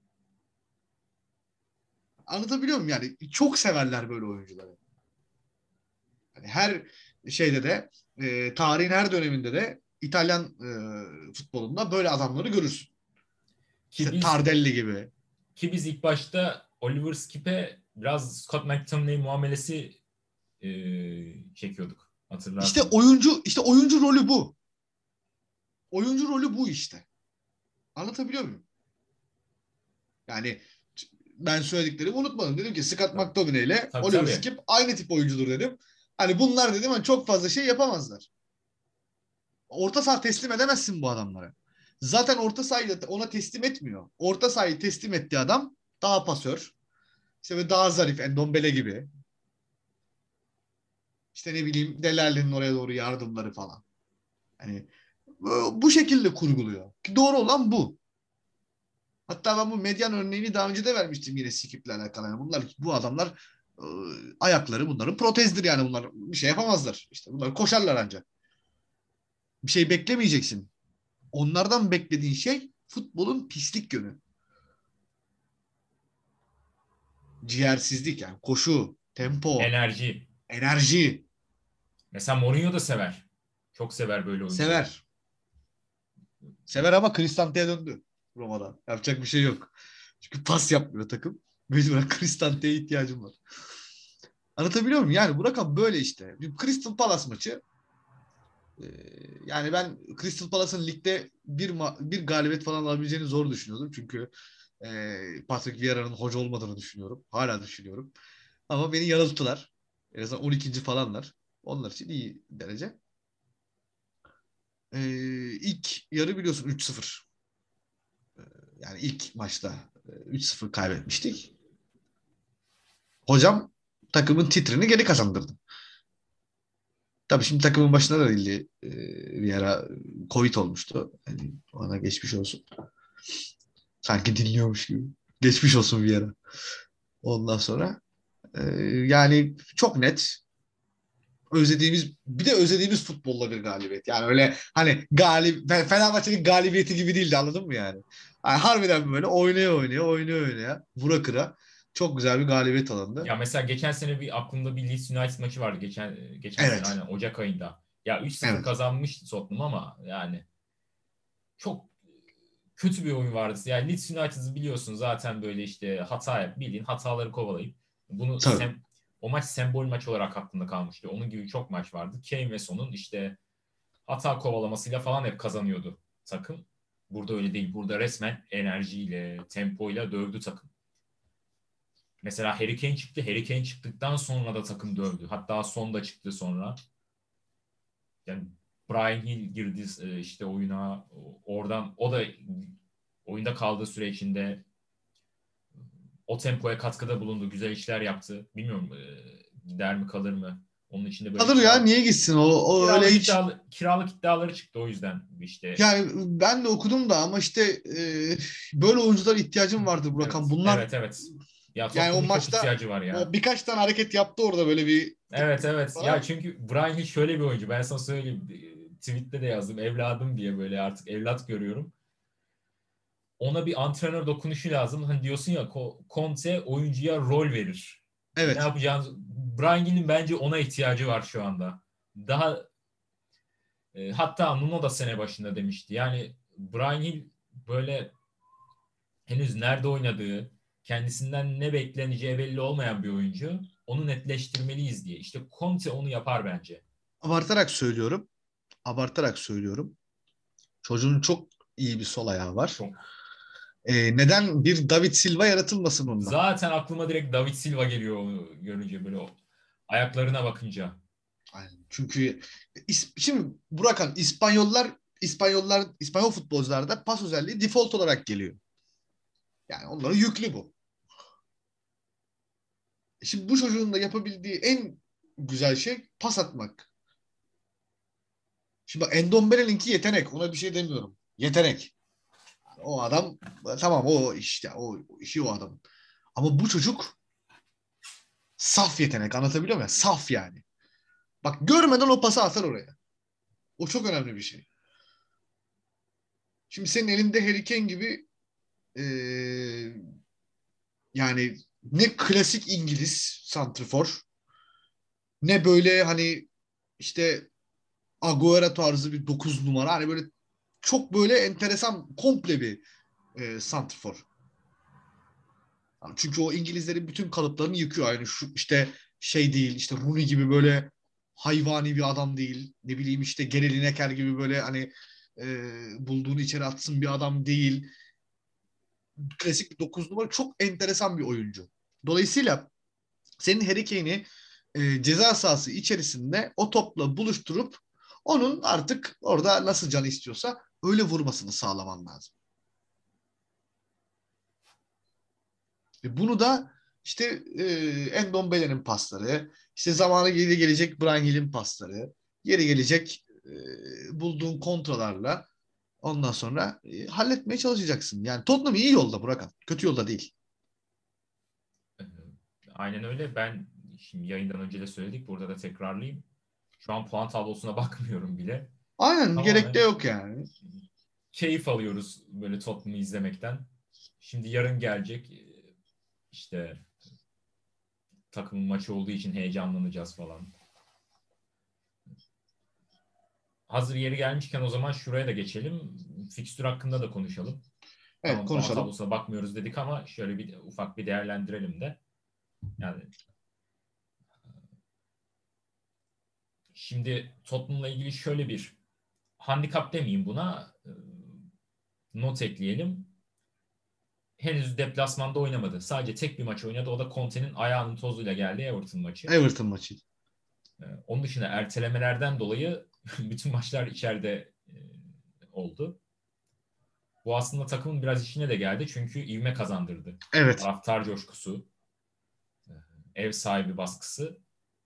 Anlatabiliyor muyum? Yani çok severler böyle oyuncuları. Yani her şeyde de e, tarihin her döneminde de İtalyan e, futbolunda böyle adamları görürsün. Ki İşte biz Tardelli gibi. ki biz ilk başta Oliver Skip'e biraz Scott McTominay muamelesi e, çekiyorduk. İşte Hatırlarsın. oyuncu işte oyuncu rolü bu. Oyuncu rolü bu işte. Anlatabiliyor muyum? Yani ben söylediklerimi unutmadım. Dedim ki Scott Tabii McTominay ile tabii. Oliver tabii. Skip aynı tip oyuncudur dedim. Hani bunlar dedim hani çok fazla şey yapamazlar. Orta saha teslim edemezsin bu adamlara. Zaten orta sahayı da ona teslim etmiyor. Orta sahayı teslim ettiği adam daha pasör. İşte böyle daha zarif Endombele gibi. İşte ne bileyim Delerli'nin oraya doğru yardımları falan. Hani bu şekilde kurguluyor. Ki doğru olan bu. Hatta ben bu medyan örneğini daha önce de vermiştim yine Skip'le alakalı. Yani bunlar bu adamlar e, ayakları bunların protezdir yani bunlar bir şey yapamazlar. İşte bunlar koşarlar ancak. Bir şey beklemeyeceksin. Onlardan beklediğin şey futbolun pislik yönü. Ciğersizlik yani koşu, tempo, Enerji. enerji Mesela Mourinho da sever. Çok sever böyle oyuncuları. sever. Sever ama Kristante'ye döndü Roma'da. Yapacak bir şey yok. Çünkü pas yapmıyor takım. Mecburen Kristante'ye ihtiyacım var. Anlatabiliyor muyum? Yani bu rakam böyle işte. Bir Crystal Palace maçı. Ee, yani ben Crystal Palace'ın ligde bir ma- bir galibiyet falan alabileceğini zor düşünüyordum. Çünkü e, Patrick Vieira'nın hoca olmadığını düşünüyorum. Hala düşünüyorum. Ama beni yanılttılar. En azından on ikinci falanlar. Onlar için iyi derece. Ee, ilk yarı biliyorsun üç sıfır. Yani ilk maçta e, üç sıfır kaybetmiştik. Hocam takımın titrini geri kazandırdı. Tabii şimdi takımın başına da değildi. Ee, bir ara Covid olmuştu. Yani ona geçmiş olsun. Sanki dinliyormuş gibi. Geçmiş olsun bir ara. Ondan sonra e, yani çok net. özlediğimiz bir de özlediğimiz futbolla bir galibiyet. Yani öyle hani galip Fenerbahçe'nin galibiyeti gibi değildi, anladın mı yani? Yani harbiden böyle oynaya oynaya oynaya oynaya vura kıra çok güzel bir galibiyet alındı. Ya mesela geçen sene bir aklımda bir Leeds United maçı vardı. Geçen geçen sene Evet. aynen Ocak ayında. Ya üç sıfır Evet. kazanmıştı Tottenham ama yani çok kötü bir oyun vardı. Yani Leeds United'ı biliyorsun zaten, böyle işte hata yap, bildiğin hataları kovalayıp bunu Tabii. sem o maç sembol maç olarak aklımda kalmıştı. Onun gibi çok maç vardı. Kane ve Son'un işte hata kovalamasıyla falan hep kazanıyordu takım. Burada öyle değil. Burada resmen enerjiyle, tempoyla dövdü takım. Mesela Harry Kane çıktı. Harry Kane çıktıktan sonra da takım dövdü. Hatta Son da çıktı sonra. Yani Bryan Hill girdi e, işte oyuna. Oradan o da oyunda kaldığı süre içinde o tempoya katkıda bulundu. Güzel işler yaptı. Bilmiyorum e, gider mi kalır mı? Onun içinde böyle Kalır ya, kiralık niye gitsin o, o öyle kiralık hiç. iddialı kiralık iddiaları çıktı o yüzden işte. Yani ben de okudum da ama işte e, böyle oyunculara ihtiyacım vardır Burakan. Evet, Bunlar evet, evet. Ya yani o Tottenham'ın çok maçta ihtiyacı var o ya. birkaç tane hareket yaptı orada böyle bir tık Evet, tık evet. Ya falan. çünkü Bryan Hill şöyle bir oyuncu. Ben sana söyleyeyim. Tweet'te de yazdım. Evladım diye, böyle artık evlat görüyorum. Ona bir antrenör dokunuşu lazım. Hani diyorsun ya, Conte oyuncuya rol verir. Ne Evet. yapacağını... Bryan Hill'in bence ona ihtiyacı var şu anda. Daha e, hatta Nuno da sene başında demişti. Yani Bryan Hill böyle henüz nerede oynadığı, kendisinden ne bekleneceği belli olmayan bir oyuncu. Onu netleştirmeliyiz diye. İşte Conte onu yapar bence. Abartarak söylüyorum. Abartarak söylüyorum. Çocuğun çok iyi bir sol ayağı var. Çok. E, neden bir David Silva yaratılmasın onunla? Zaten aklıma direkt David Silva geliyor onu görünce, böyle o ayaklarına bakınca. Aynen. Çünkü İs- şimdi Burakan İspanyollar İspanyollar İspanyol futbolcularda pas özelliği default olarak geliyor. Yani onlara yüklü bu. Şimdi bu çocuğun da yapabildiği en güzel şey pas atmak. Şimdi bak, Endombele'ninki yetenek. Ona bir şey demiyorum. Yetenek. O adam tamam, o işte o, o işi o adam. Ama bu çocuk saf yetenek. Anlatabiliyor muyum? Saf yani. Bak, görmeden o pası atar oraya. O çok önemli bir şey. Şimdi senin elinde Harry Kane gibi eee, yani ne klasik İngiliz santrfor, ne böyle hani işte Agüero tarzı bir dokuz numara. Hani böyle çok böyle enteresan, komple bir e, santrfor. Yani çünkü o İngilizlerin bütün kalıplarını yıkıyor. Yani şu işte şey değil, işte Rooney gibi böyle hayvani bir adam değil. Ne bileyim işte Gary Lineker gibi böyle hani e, bulduğunu içeri atsın bir adam değil. Klasik bir dokuz numara, çok enteresan bir oyuncu. Dolayısıyla senin Harry Kane'i e, ceza sahası içerisinde o topla buluşturup onun artık orada nasıl canı istiyorsa öyle vurmasını sağlaman lazım. E, bunu da işte e, Endombele'nin pasları, işte zamanı geri gelecek Bryan Hill'in pasları, geri gelecek e, bulduğun kontralarla ondan sonra e, halletmeye çalışacaksın. Yani Tottenham iyi yolda Burak. Kötü yolda değil. Ee, Aynen öyle. Ben şimdi yayından önce de söyledik. Burada da tekrarlayayım. Şu an puan tablosuna bakmıyorum bile. Aynen, gerek de Tamamen yok yani. keyif alıyoruz böyle Tottenham'ı izlemekten. Şimdi yarın gelecek e, işte takımın maçı olduğu için heyecanlanacağız falan. Hazır yeri gelmişken o zaman şuraya da geçelim. Fikstür hakkında da konuşalım. Evet, Tamam, puan konuşalım. tablosuna bakmıyoruz dedik ama şöyle bir ufak bir değerlendirelim de. Yani şimdi Tottenham'la ilgili şöyle bir handikap demeyeyim buna, e, not ekleyelim. Henüz deplasmanda oynamadı. Sadece tek bir maç oynadı. O da Conte'nin ayağının tozuyla geldiği Everton maçı. Everton maçı. E, Onun dışında ertelemelerden dolayı bütün maçlar içeride e, oldu. Bu aslında takımın biraz işine de geldi. Çünkü ivme kazandırdı. Evet. Taraftar coşkusu, e, ev sahibi baskısı.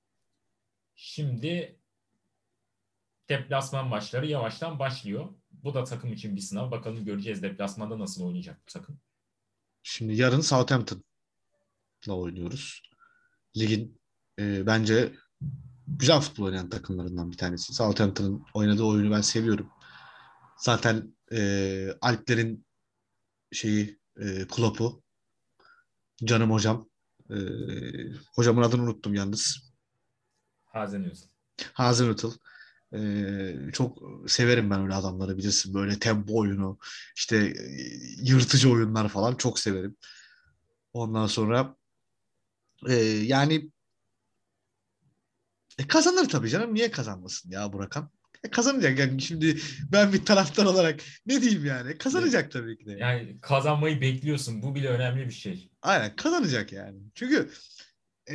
Şimdi deplasman maçları yavaştan başlıyor. Bu da takım için bir sınav. Bakalım, göreceğiz deplasmanda nasıl oynayacak bu takım. Şimdi yarın Southampton'la oynuyoruz. Ligin e, bence güzel futbol oynayan takımlarından bir tanesi. Southampton'ın oynadığı oyunu ben seviyorum. Zaten e, Alplerin şeyi e, Klopp'u canım hocam. E, hocamın adını unuttum yalnız. Hazenüttl. Hazenhüttl. E, çok severim ben öyle adamları, bilirsin. Böyle tempo oyunu, işte e, yırtıcı oyunlar falan çok severim. Ondan sonra e, yani e, kazanır tabii canım. Niye kazanmasın ya bu rakam? E, kazanacak yani. Şimdi ben bir taraftar olarak ne diyeyim yani? Ve Kazanacak tabii ki de yani. yani kazanmayı bekliyorsun. Bu bile önemli bir şey. Aynen kazanacak yani. Çünkü e,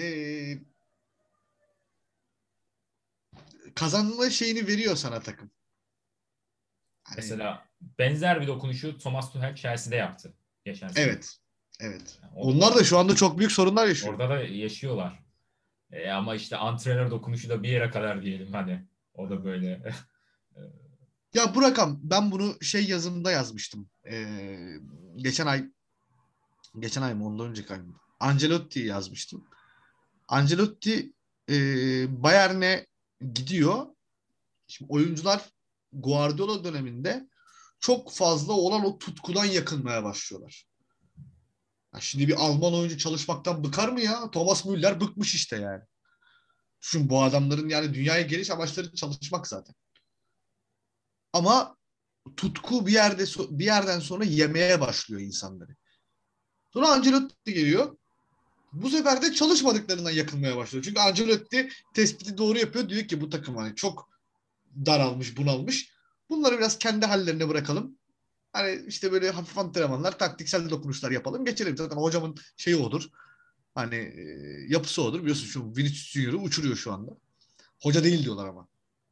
kazanma şeyini veriyor sana takım. Hani Mesela benzer bir dokunuşu Thomas Tuchel Chelsea'de yaptı geçen sene. evet. Evet. Yani o, Onlar da o- şu anda çok büyük sorunlar yaşıyor. orada da yaşıyorlar. E, ama işte antrenör dokunuşu da bir yere kadar diyelim hani. O da böyle. Ya bu rakam, ben bunu şey yazımda yazmıştım. Ee, geçen ay geçen ay mı ondan önceki ay mı? Ancelotti'yi yazmıştım. Ancelotti e, Bayern'e gidiyor. Şimdi oyuncular Guardiola döneminde çok fazla olan o tutkudan yakınmaya başlıyorlar. Ya şimdi bir Alman oyuncu çalışmaktan bıkar mı ya? Thomas Müller bıkmış işte yani. Düşün, bu adamların yani dünyaya geliş amaçları çalışmak zaten. Ama tutku bir yerde bir yerden sonra yemeye başlıyor insanları. Sonra Ancelotti geliyor. Bu sefer de çalışmadıklarından yakılmaya başlıyor. Çünkü Ancelotti tespiti doğru yapıyor. Diyor ki bu takım hani çok daralmış, bunalmış. Bunları biraz kendi hallerine bırakalım. Hani işte böyle hafif antrenmanlar, taktiksel dokunuşlar yapalım. Geçelim. Zaten hocamın şeyi odur. Hani e, yapısı odur. Biliyorsun şu Vinicius Junior'ı uçuruyor şu anda. Hoca değil diyorlar ama.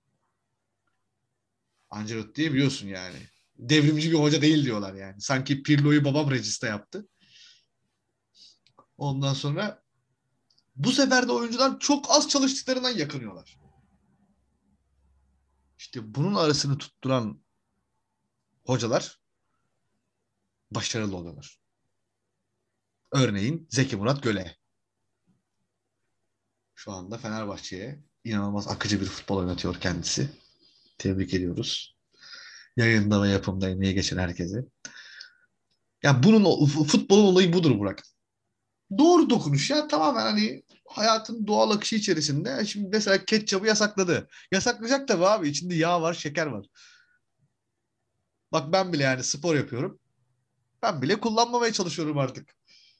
Ancelotti'yi biliyorsun yani. Devrimci bir hoca değil diyorlar yani. Sanki Pirlo'yu babam registe yaptı. Ondan sonra bu sefer de oyuncular çok az çalıştıklarından yakınıyorlar. İşte bunun arasını tutturan hocalar başarılı oluyorlar. Örneğin Zeki Murat Göle. Şu anda Fenerbahçe'ye inanılmaz akıcı bir futbol oynatıyor kendisi. Tebrik ediyoruz. Yayında ve yapımda emeği geçen herkese. Ya bunun futbolun olayı budur Burak. Doğru dokunuş ya, tamamen hani hayatın doğal akışı içerisinde. Şimdi mesela ketçabı yasakladı. Yasaklayacak tabii abi. İçinde yağ var, şeker var. Bak ben bile yani spor yapıyorum. Ben bile kullanmamaya çalışıyorum artık.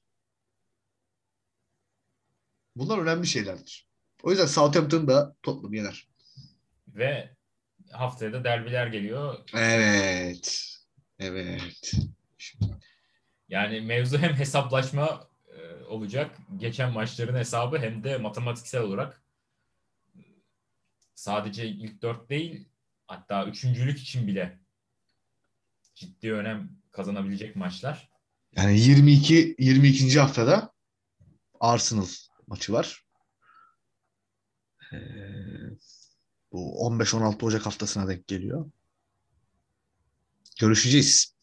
Bunlar önemli şeylerdir. O yüzden Southampton da Tottenham yener. Ve haftaya da derbiler geliyor. Evet. Evet. Yani mevzu hem hesaplaşma e, olacak. Geçen maçların hesabı hem de matematiksel olarak sadece ilk dört değil, hatta üçüncülük için bile ciddi önem kazanabilecek maçlar. Yani yirmi iki yirmi ikinci haftada Arsenal maçı var. Ee, bu on beş on altı Ocak haftasına denk geliyor. Görüşeceğiz.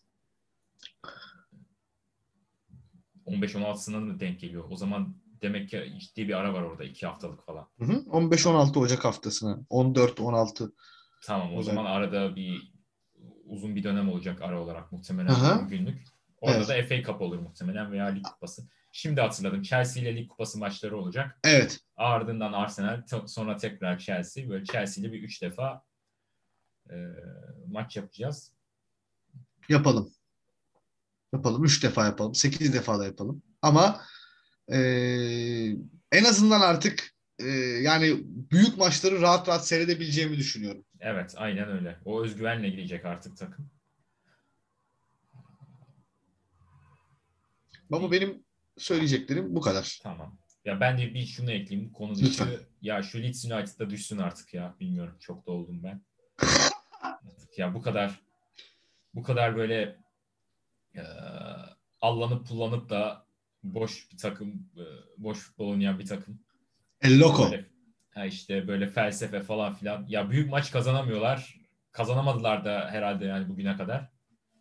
on beş on altısına mı denk geliyor? O zaman demek ki ciddi bir ara var orada, iki haftalık falan. Hı hı. on beş on Tamam. altı Ocak haftasına. on dört on altı Tamam, o zaman Ocak. arada bir uzun bir dönem olacak ara olarak, Hı muhtemelen on hı. günlük. Orada Evet. da F A Cup olur muhtemelen veya Lig Kupası. Şimdi hatırladım. Chelsea ile Lig Kupası maçları olacak. Evet. Ardından Arsenal, sonra tekrar Chelsea. Böyle Chelsea ile bir üç defa e, maç yapacağız. Yapalım. Yapalım. Üç defa yapalım. Sekiz defa da yapalım. Ama eee, en azından artık eee, yani büyük maçları rahat rahat seyredebileceğimi düşünüyorum. Evet, aynen öyle. O özgüvenle gidecek artık takım. Baba Bir, benim söyleyeceklerim bu kadar. tamam. Ya ben de bir şunu ekleyeyim konu Lütfen. dışı. Ya şu Leeds United'da düşsün artık ya. Bilmiyorum, çok da oldum ben. Artık ya bu kadar bu kadar böyle e, allanıp pullanıp da boş bir takım, e, boş futbol oynayan bir takım. El Loco. Böyle ha işte böyle felsefe falan filan. Ya büyük maç kazanamıyorlar. Kazanamadılar da herhalde yani bugüne kadar.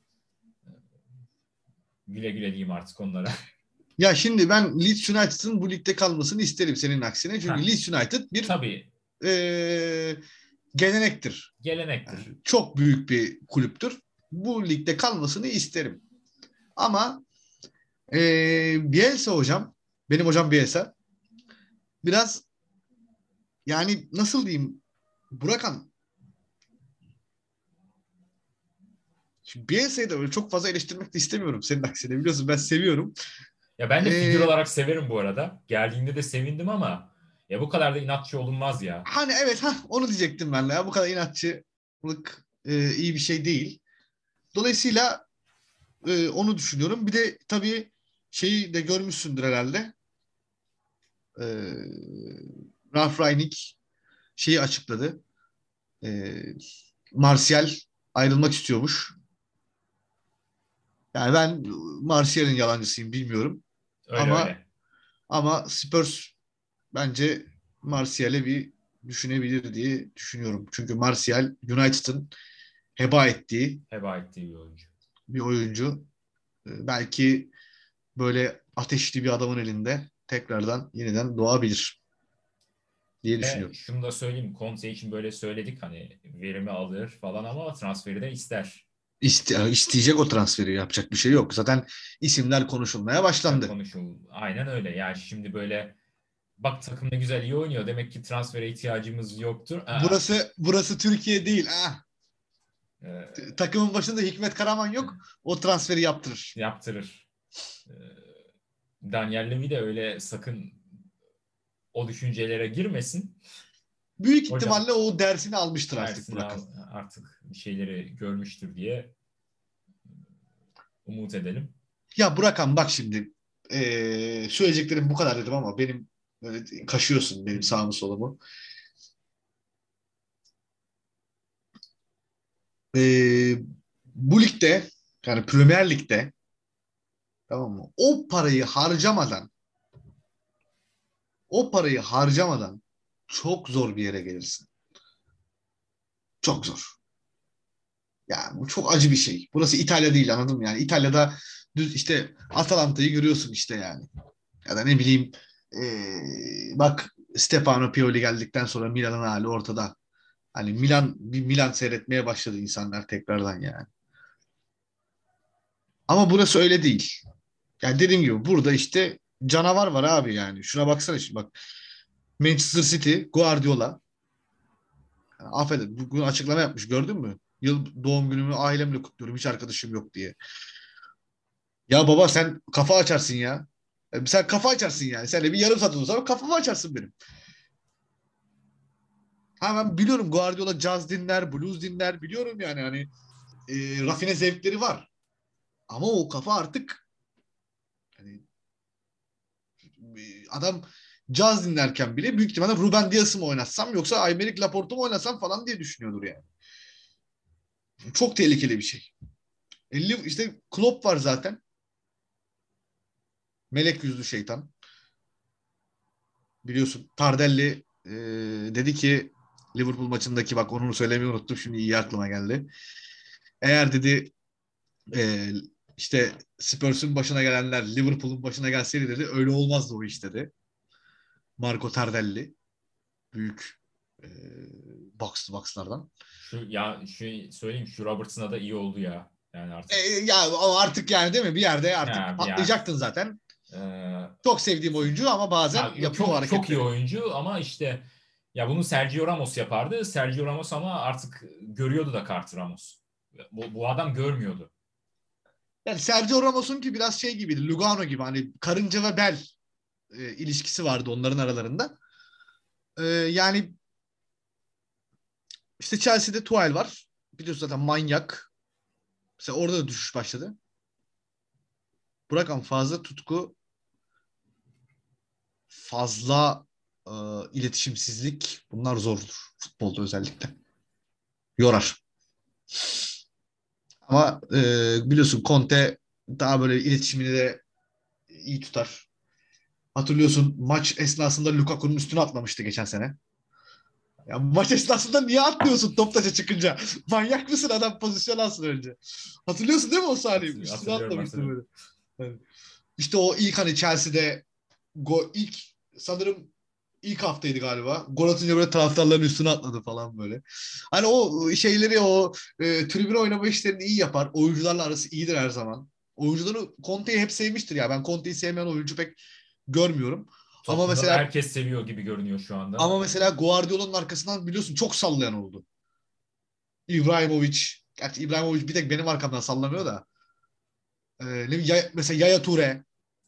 Güle güle diyeyim artık onlara. Ya şimdi ben Leeds United'ın bu ligde kalmasını isterim senin aksine. Çünkü Ha, Leeds United bir tabii e, gelenektir. Yani Gelenektir. çok büyük bir kulüptür. Bu ligde kalmasını isterim. Ama e, Bielsa hocam, benim hocam Bielsa, biraz yani nasıl diyeyim, Burakan, şimdi Bielsa'yı da öyle çok fazla eleştirmek de istemiyorum senin aksine, biliyorsun ben seviyorum. Ya ben de figür E, olarak severim bu arada. Geldiğinde de sevindim ama ya bu kadar da inatçı olunmaz ya. Hani evet, ha onu diyecektim ben de ya. Bu kadar inatçılık e, iyi bir şey değil. Dolayısıyla e, onu düşünüyorum. Bir de tabii şeyi de görmüşsündür herhalde. E, Ralf Rangnick şeyi açıkladı. E, Martial ayrılmak istiyormuş. Yani ben Martial'in yalancısıyım, bilmiyorum. Öyle Ama öyle. ama Spurs bence Martial'e bir düşünebilir diye düşünüyorum. Çünkü Martial United'ın heba ettiği Heba ettiği bir oyuncu. bir oyuncu. E, belki böyle ateşli bir adamın elinde tekrardan yeniden doğabilir diye Ve düşünüyorum. şunu da söyleyeyim. Conte için böyle söyledik hani verimi alır falan ama transferi de ister. İste, isteyecek o transferi, yapacak bir şey yok. Zaten isimler konuşulmaya Ya başlandı. konuşul. Aynen öyle. Yani şimdi böyle bak takım ne güzel iyi oynuyor. Demek ki transfere ihtiyacımız yoktur. Aa, Burası burası Türkiye değil. Ah, e, takımın başında Hikmet Karaman yok. O transferi yaptırır. yaptırır. E, Daniel Levy de öyle sakın o düşüncelere girmesin. Büyük Hocam ihtimalle o dersini almıştır artık dersini Burak'ın. al, artık bir şeyleri görmüştür diye umut edelim. Ya Burak'ım bak şimdi, eee söyleyeceklerim bu kadar dedim ama benim böyle kaşıyorsun benim sağımı solumu. Eee, Bu ligde, yani Premier Lig'de, tamam mı? O parayı harcamadan o parayı harcamadan çok zor bir yere gelirsin. Çok zor. Yani bu çok acı bir şey. Burası İtalya değil, anladın mı? Yani İtalya'da düz işte Atalanta'yı görüyorsun işte yani. Ya da ne bileyim, ee, bak Stefano Pioli geldikten sonra Milan'ın hali ortada. Hani Milan, bir Milan seyretmeye başladı insanlar tekrardan yani. Ama burası öyle değil. Yani dediğim gibi burada işte canavar var abi yani. Şuna baksana şimdi bak. Manchester City, Guardiola. Yani affedin, bugün açıklama yapmış, gördün mü? Yıl doğum günümü ailemle kutluyorum, hiç arkadaşım yok diye. Ya baba sen kafa açarsın ya. E, Sen kafa açarsın yani. Sen de bir yarım saat olursa kafamı açarsın benim. Ha ben biliyorum, Guardiola caz dinler, blues dinler, biliyorum yani hani e, rafine zevkleri var. Ama o kafa artık hani, e, adam caz dinlerken bile büyük ihtimalle Ruben Dias'ı mı oynatsam yoksa Aymeric Laporte'u mu oynasam falan diye düşünüyordur yani. Çok tehlikeli bir şey. elli işte Klopp var zaten. Melek yüzlü şeytan. Biliyorsun Tardelli e, dedi ki Liverpool maçındaki, bak onu söylemeyi unuttum, şimdi iyi aklıma geldi. Eğer dedi e, işte Spurs'un başına gelenler Liverpool'un başına gelseydi dedi öyle olmazdı o iş dedi. Marco Tardelli büyük e, box boxlardan. Şu ya şu söyleyeyim şu Robertson'a da iyi oldu ya. Yani E, artık ya artık yani değil mi, bir yerde artık ya bir yer patlayacaktın zaten. e, Çok sevdiğim oyuncu ama bazen ya yok, yapıyor o çok çok iyi hareketleri. oyuncu ama işte ya bunu Sergio Ramos yapardı. Sergio Ramos ama artık görüyordu da kartı Ramos. Bu, bu adam görmüyordu. Yani Sergio Ramos'un ki biraz şey gibiydi. Lugano gibi, hani karınca ve bel e, ilişkisi vardı onların aralarında. E, yani işte Chelsea'de Tuchel var. Biliyorsun zaten manyak. Mesela orada da düşüş başladı. Burak, fazla tutku, fazla e, iletişimsizlik, bunlar zordur. Futbolda özellikle. Yorar. Ama e, biliyorsun Conte daha böyle iletişimini de iyi tutar. Hatırlıyorsun maç esnasında Lukaku'nun üstüne atlamıştı geçen sene. Ya maç esnasında niye atlıyorsun top taça çıkınca? Manyak mısın, adam pozisyon alsın önce. Hatırlıyorsun değil mi o sahneyi? Hatır- Üstüne Hatırlıyorum atlamıştı hatırlıyorum. böyle. Yani işte o ilk hani Chelsea'de go, ilk sanırım İlk haftaydı galiba. Gol atınca böyle taraftarların üstüne atladı falan böyle. Hani o şeyleri, o e, tribüne oynama işlerini iyi yapar. Oyuncularla arası iyidir her zaman. Oyuncuları Conte'yi hep sevmiştir ya. Ben Conte'yi sevmeyen oyuncu pek görmüyorum. Ama Tottenham'da mesela herkes seviyor gibi görünüyor şu anda. ama mesela Guardiola'nın arkasından biliyorsun çok sallayan oldu. İbrahimovic. Gerçi İbrahimovic bir tek benim arkamdan sallamıyor da. E, ne bileyim, ya, mesela Yaya Toure.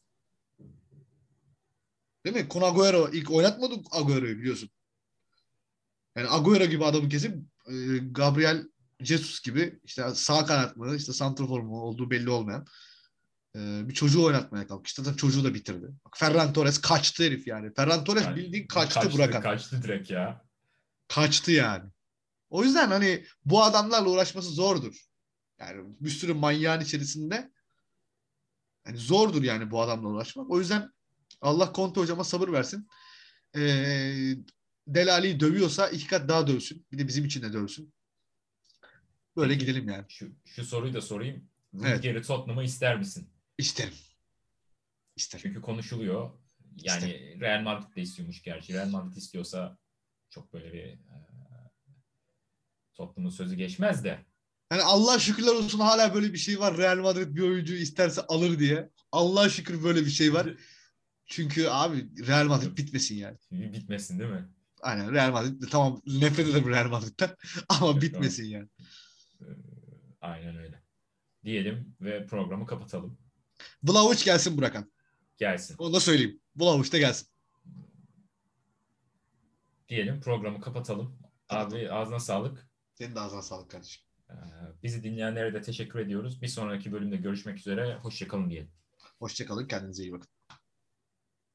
Değil mi? Kun Agüero. İlk oynatmadık Agüero'yu biliyorsun. Yani Agüero gibi adamı kesip e, Gabriel Jesus gibi işte sağ kanat mı işte santrafor mu olduğu belli olmayan e, bir çocuğu oynatmaya kalkıştı. Zaten çocuğu da bitirdi. Bak, Ferran Torres kaçtı herif yani. Ferran Torres Yani bildiğin kaçtı kaçtı, Burak'a. kaçtı direkt ya. Kaçtı yani. O yüzden hani bu adamlarla uğraşması zordur. Yani bir sürü manyağın içerisinde yani zordur yani bu adamla uğraşmak. O yüzden Allah Conte hocama sabır versin. Ee, Delali'yi dövüyorsa iki kat daha dövsün. Bir de bizim için de dövsün. Böyle Peki gidelim yani. şu, şu soruyu da sorayım. Evet. Rüdiger'i Tottenham'a ister misin? İsterim. İsterim. Çünkü konuşuluyor. İsterim. Yani Real Madrid de istiyormuş gerçi. Real Madrid istiyorsa çok böyle bir e, Tottenham'ın sözü geçmez de. Yani Allah şükürler olsun hala böyle bir şey var. Real Madrid bir oyuncuyu isterse alır diye. Allah şükür böyle bir şey var. Çünkü abi Real Madrid bitmesin yani. Bitmesin değil mi? Aynen Real Madrid tamam, nefret ederim Real Madrid'den ama Yok, tamam. bitmesin yani. Ee, Aynen öyle. Diyelim ve programı kapatalım. Vlahovic gelsin Burakan. Gelsin. Onu da söyleyeyim. Vlahovic de gelsin. Diyelim programı kapatalım. Kapatalım. Abi ağzına sağlık. Senin de ağzına sağlık kardeşim. Ee, Bizi dinleyenlere de teşekkür ediyoruz. Bir sonraki bölümde görüşmek üzere. Hoşça kalın diyelim. Hoşçakalın. Kendinize iyi bakın.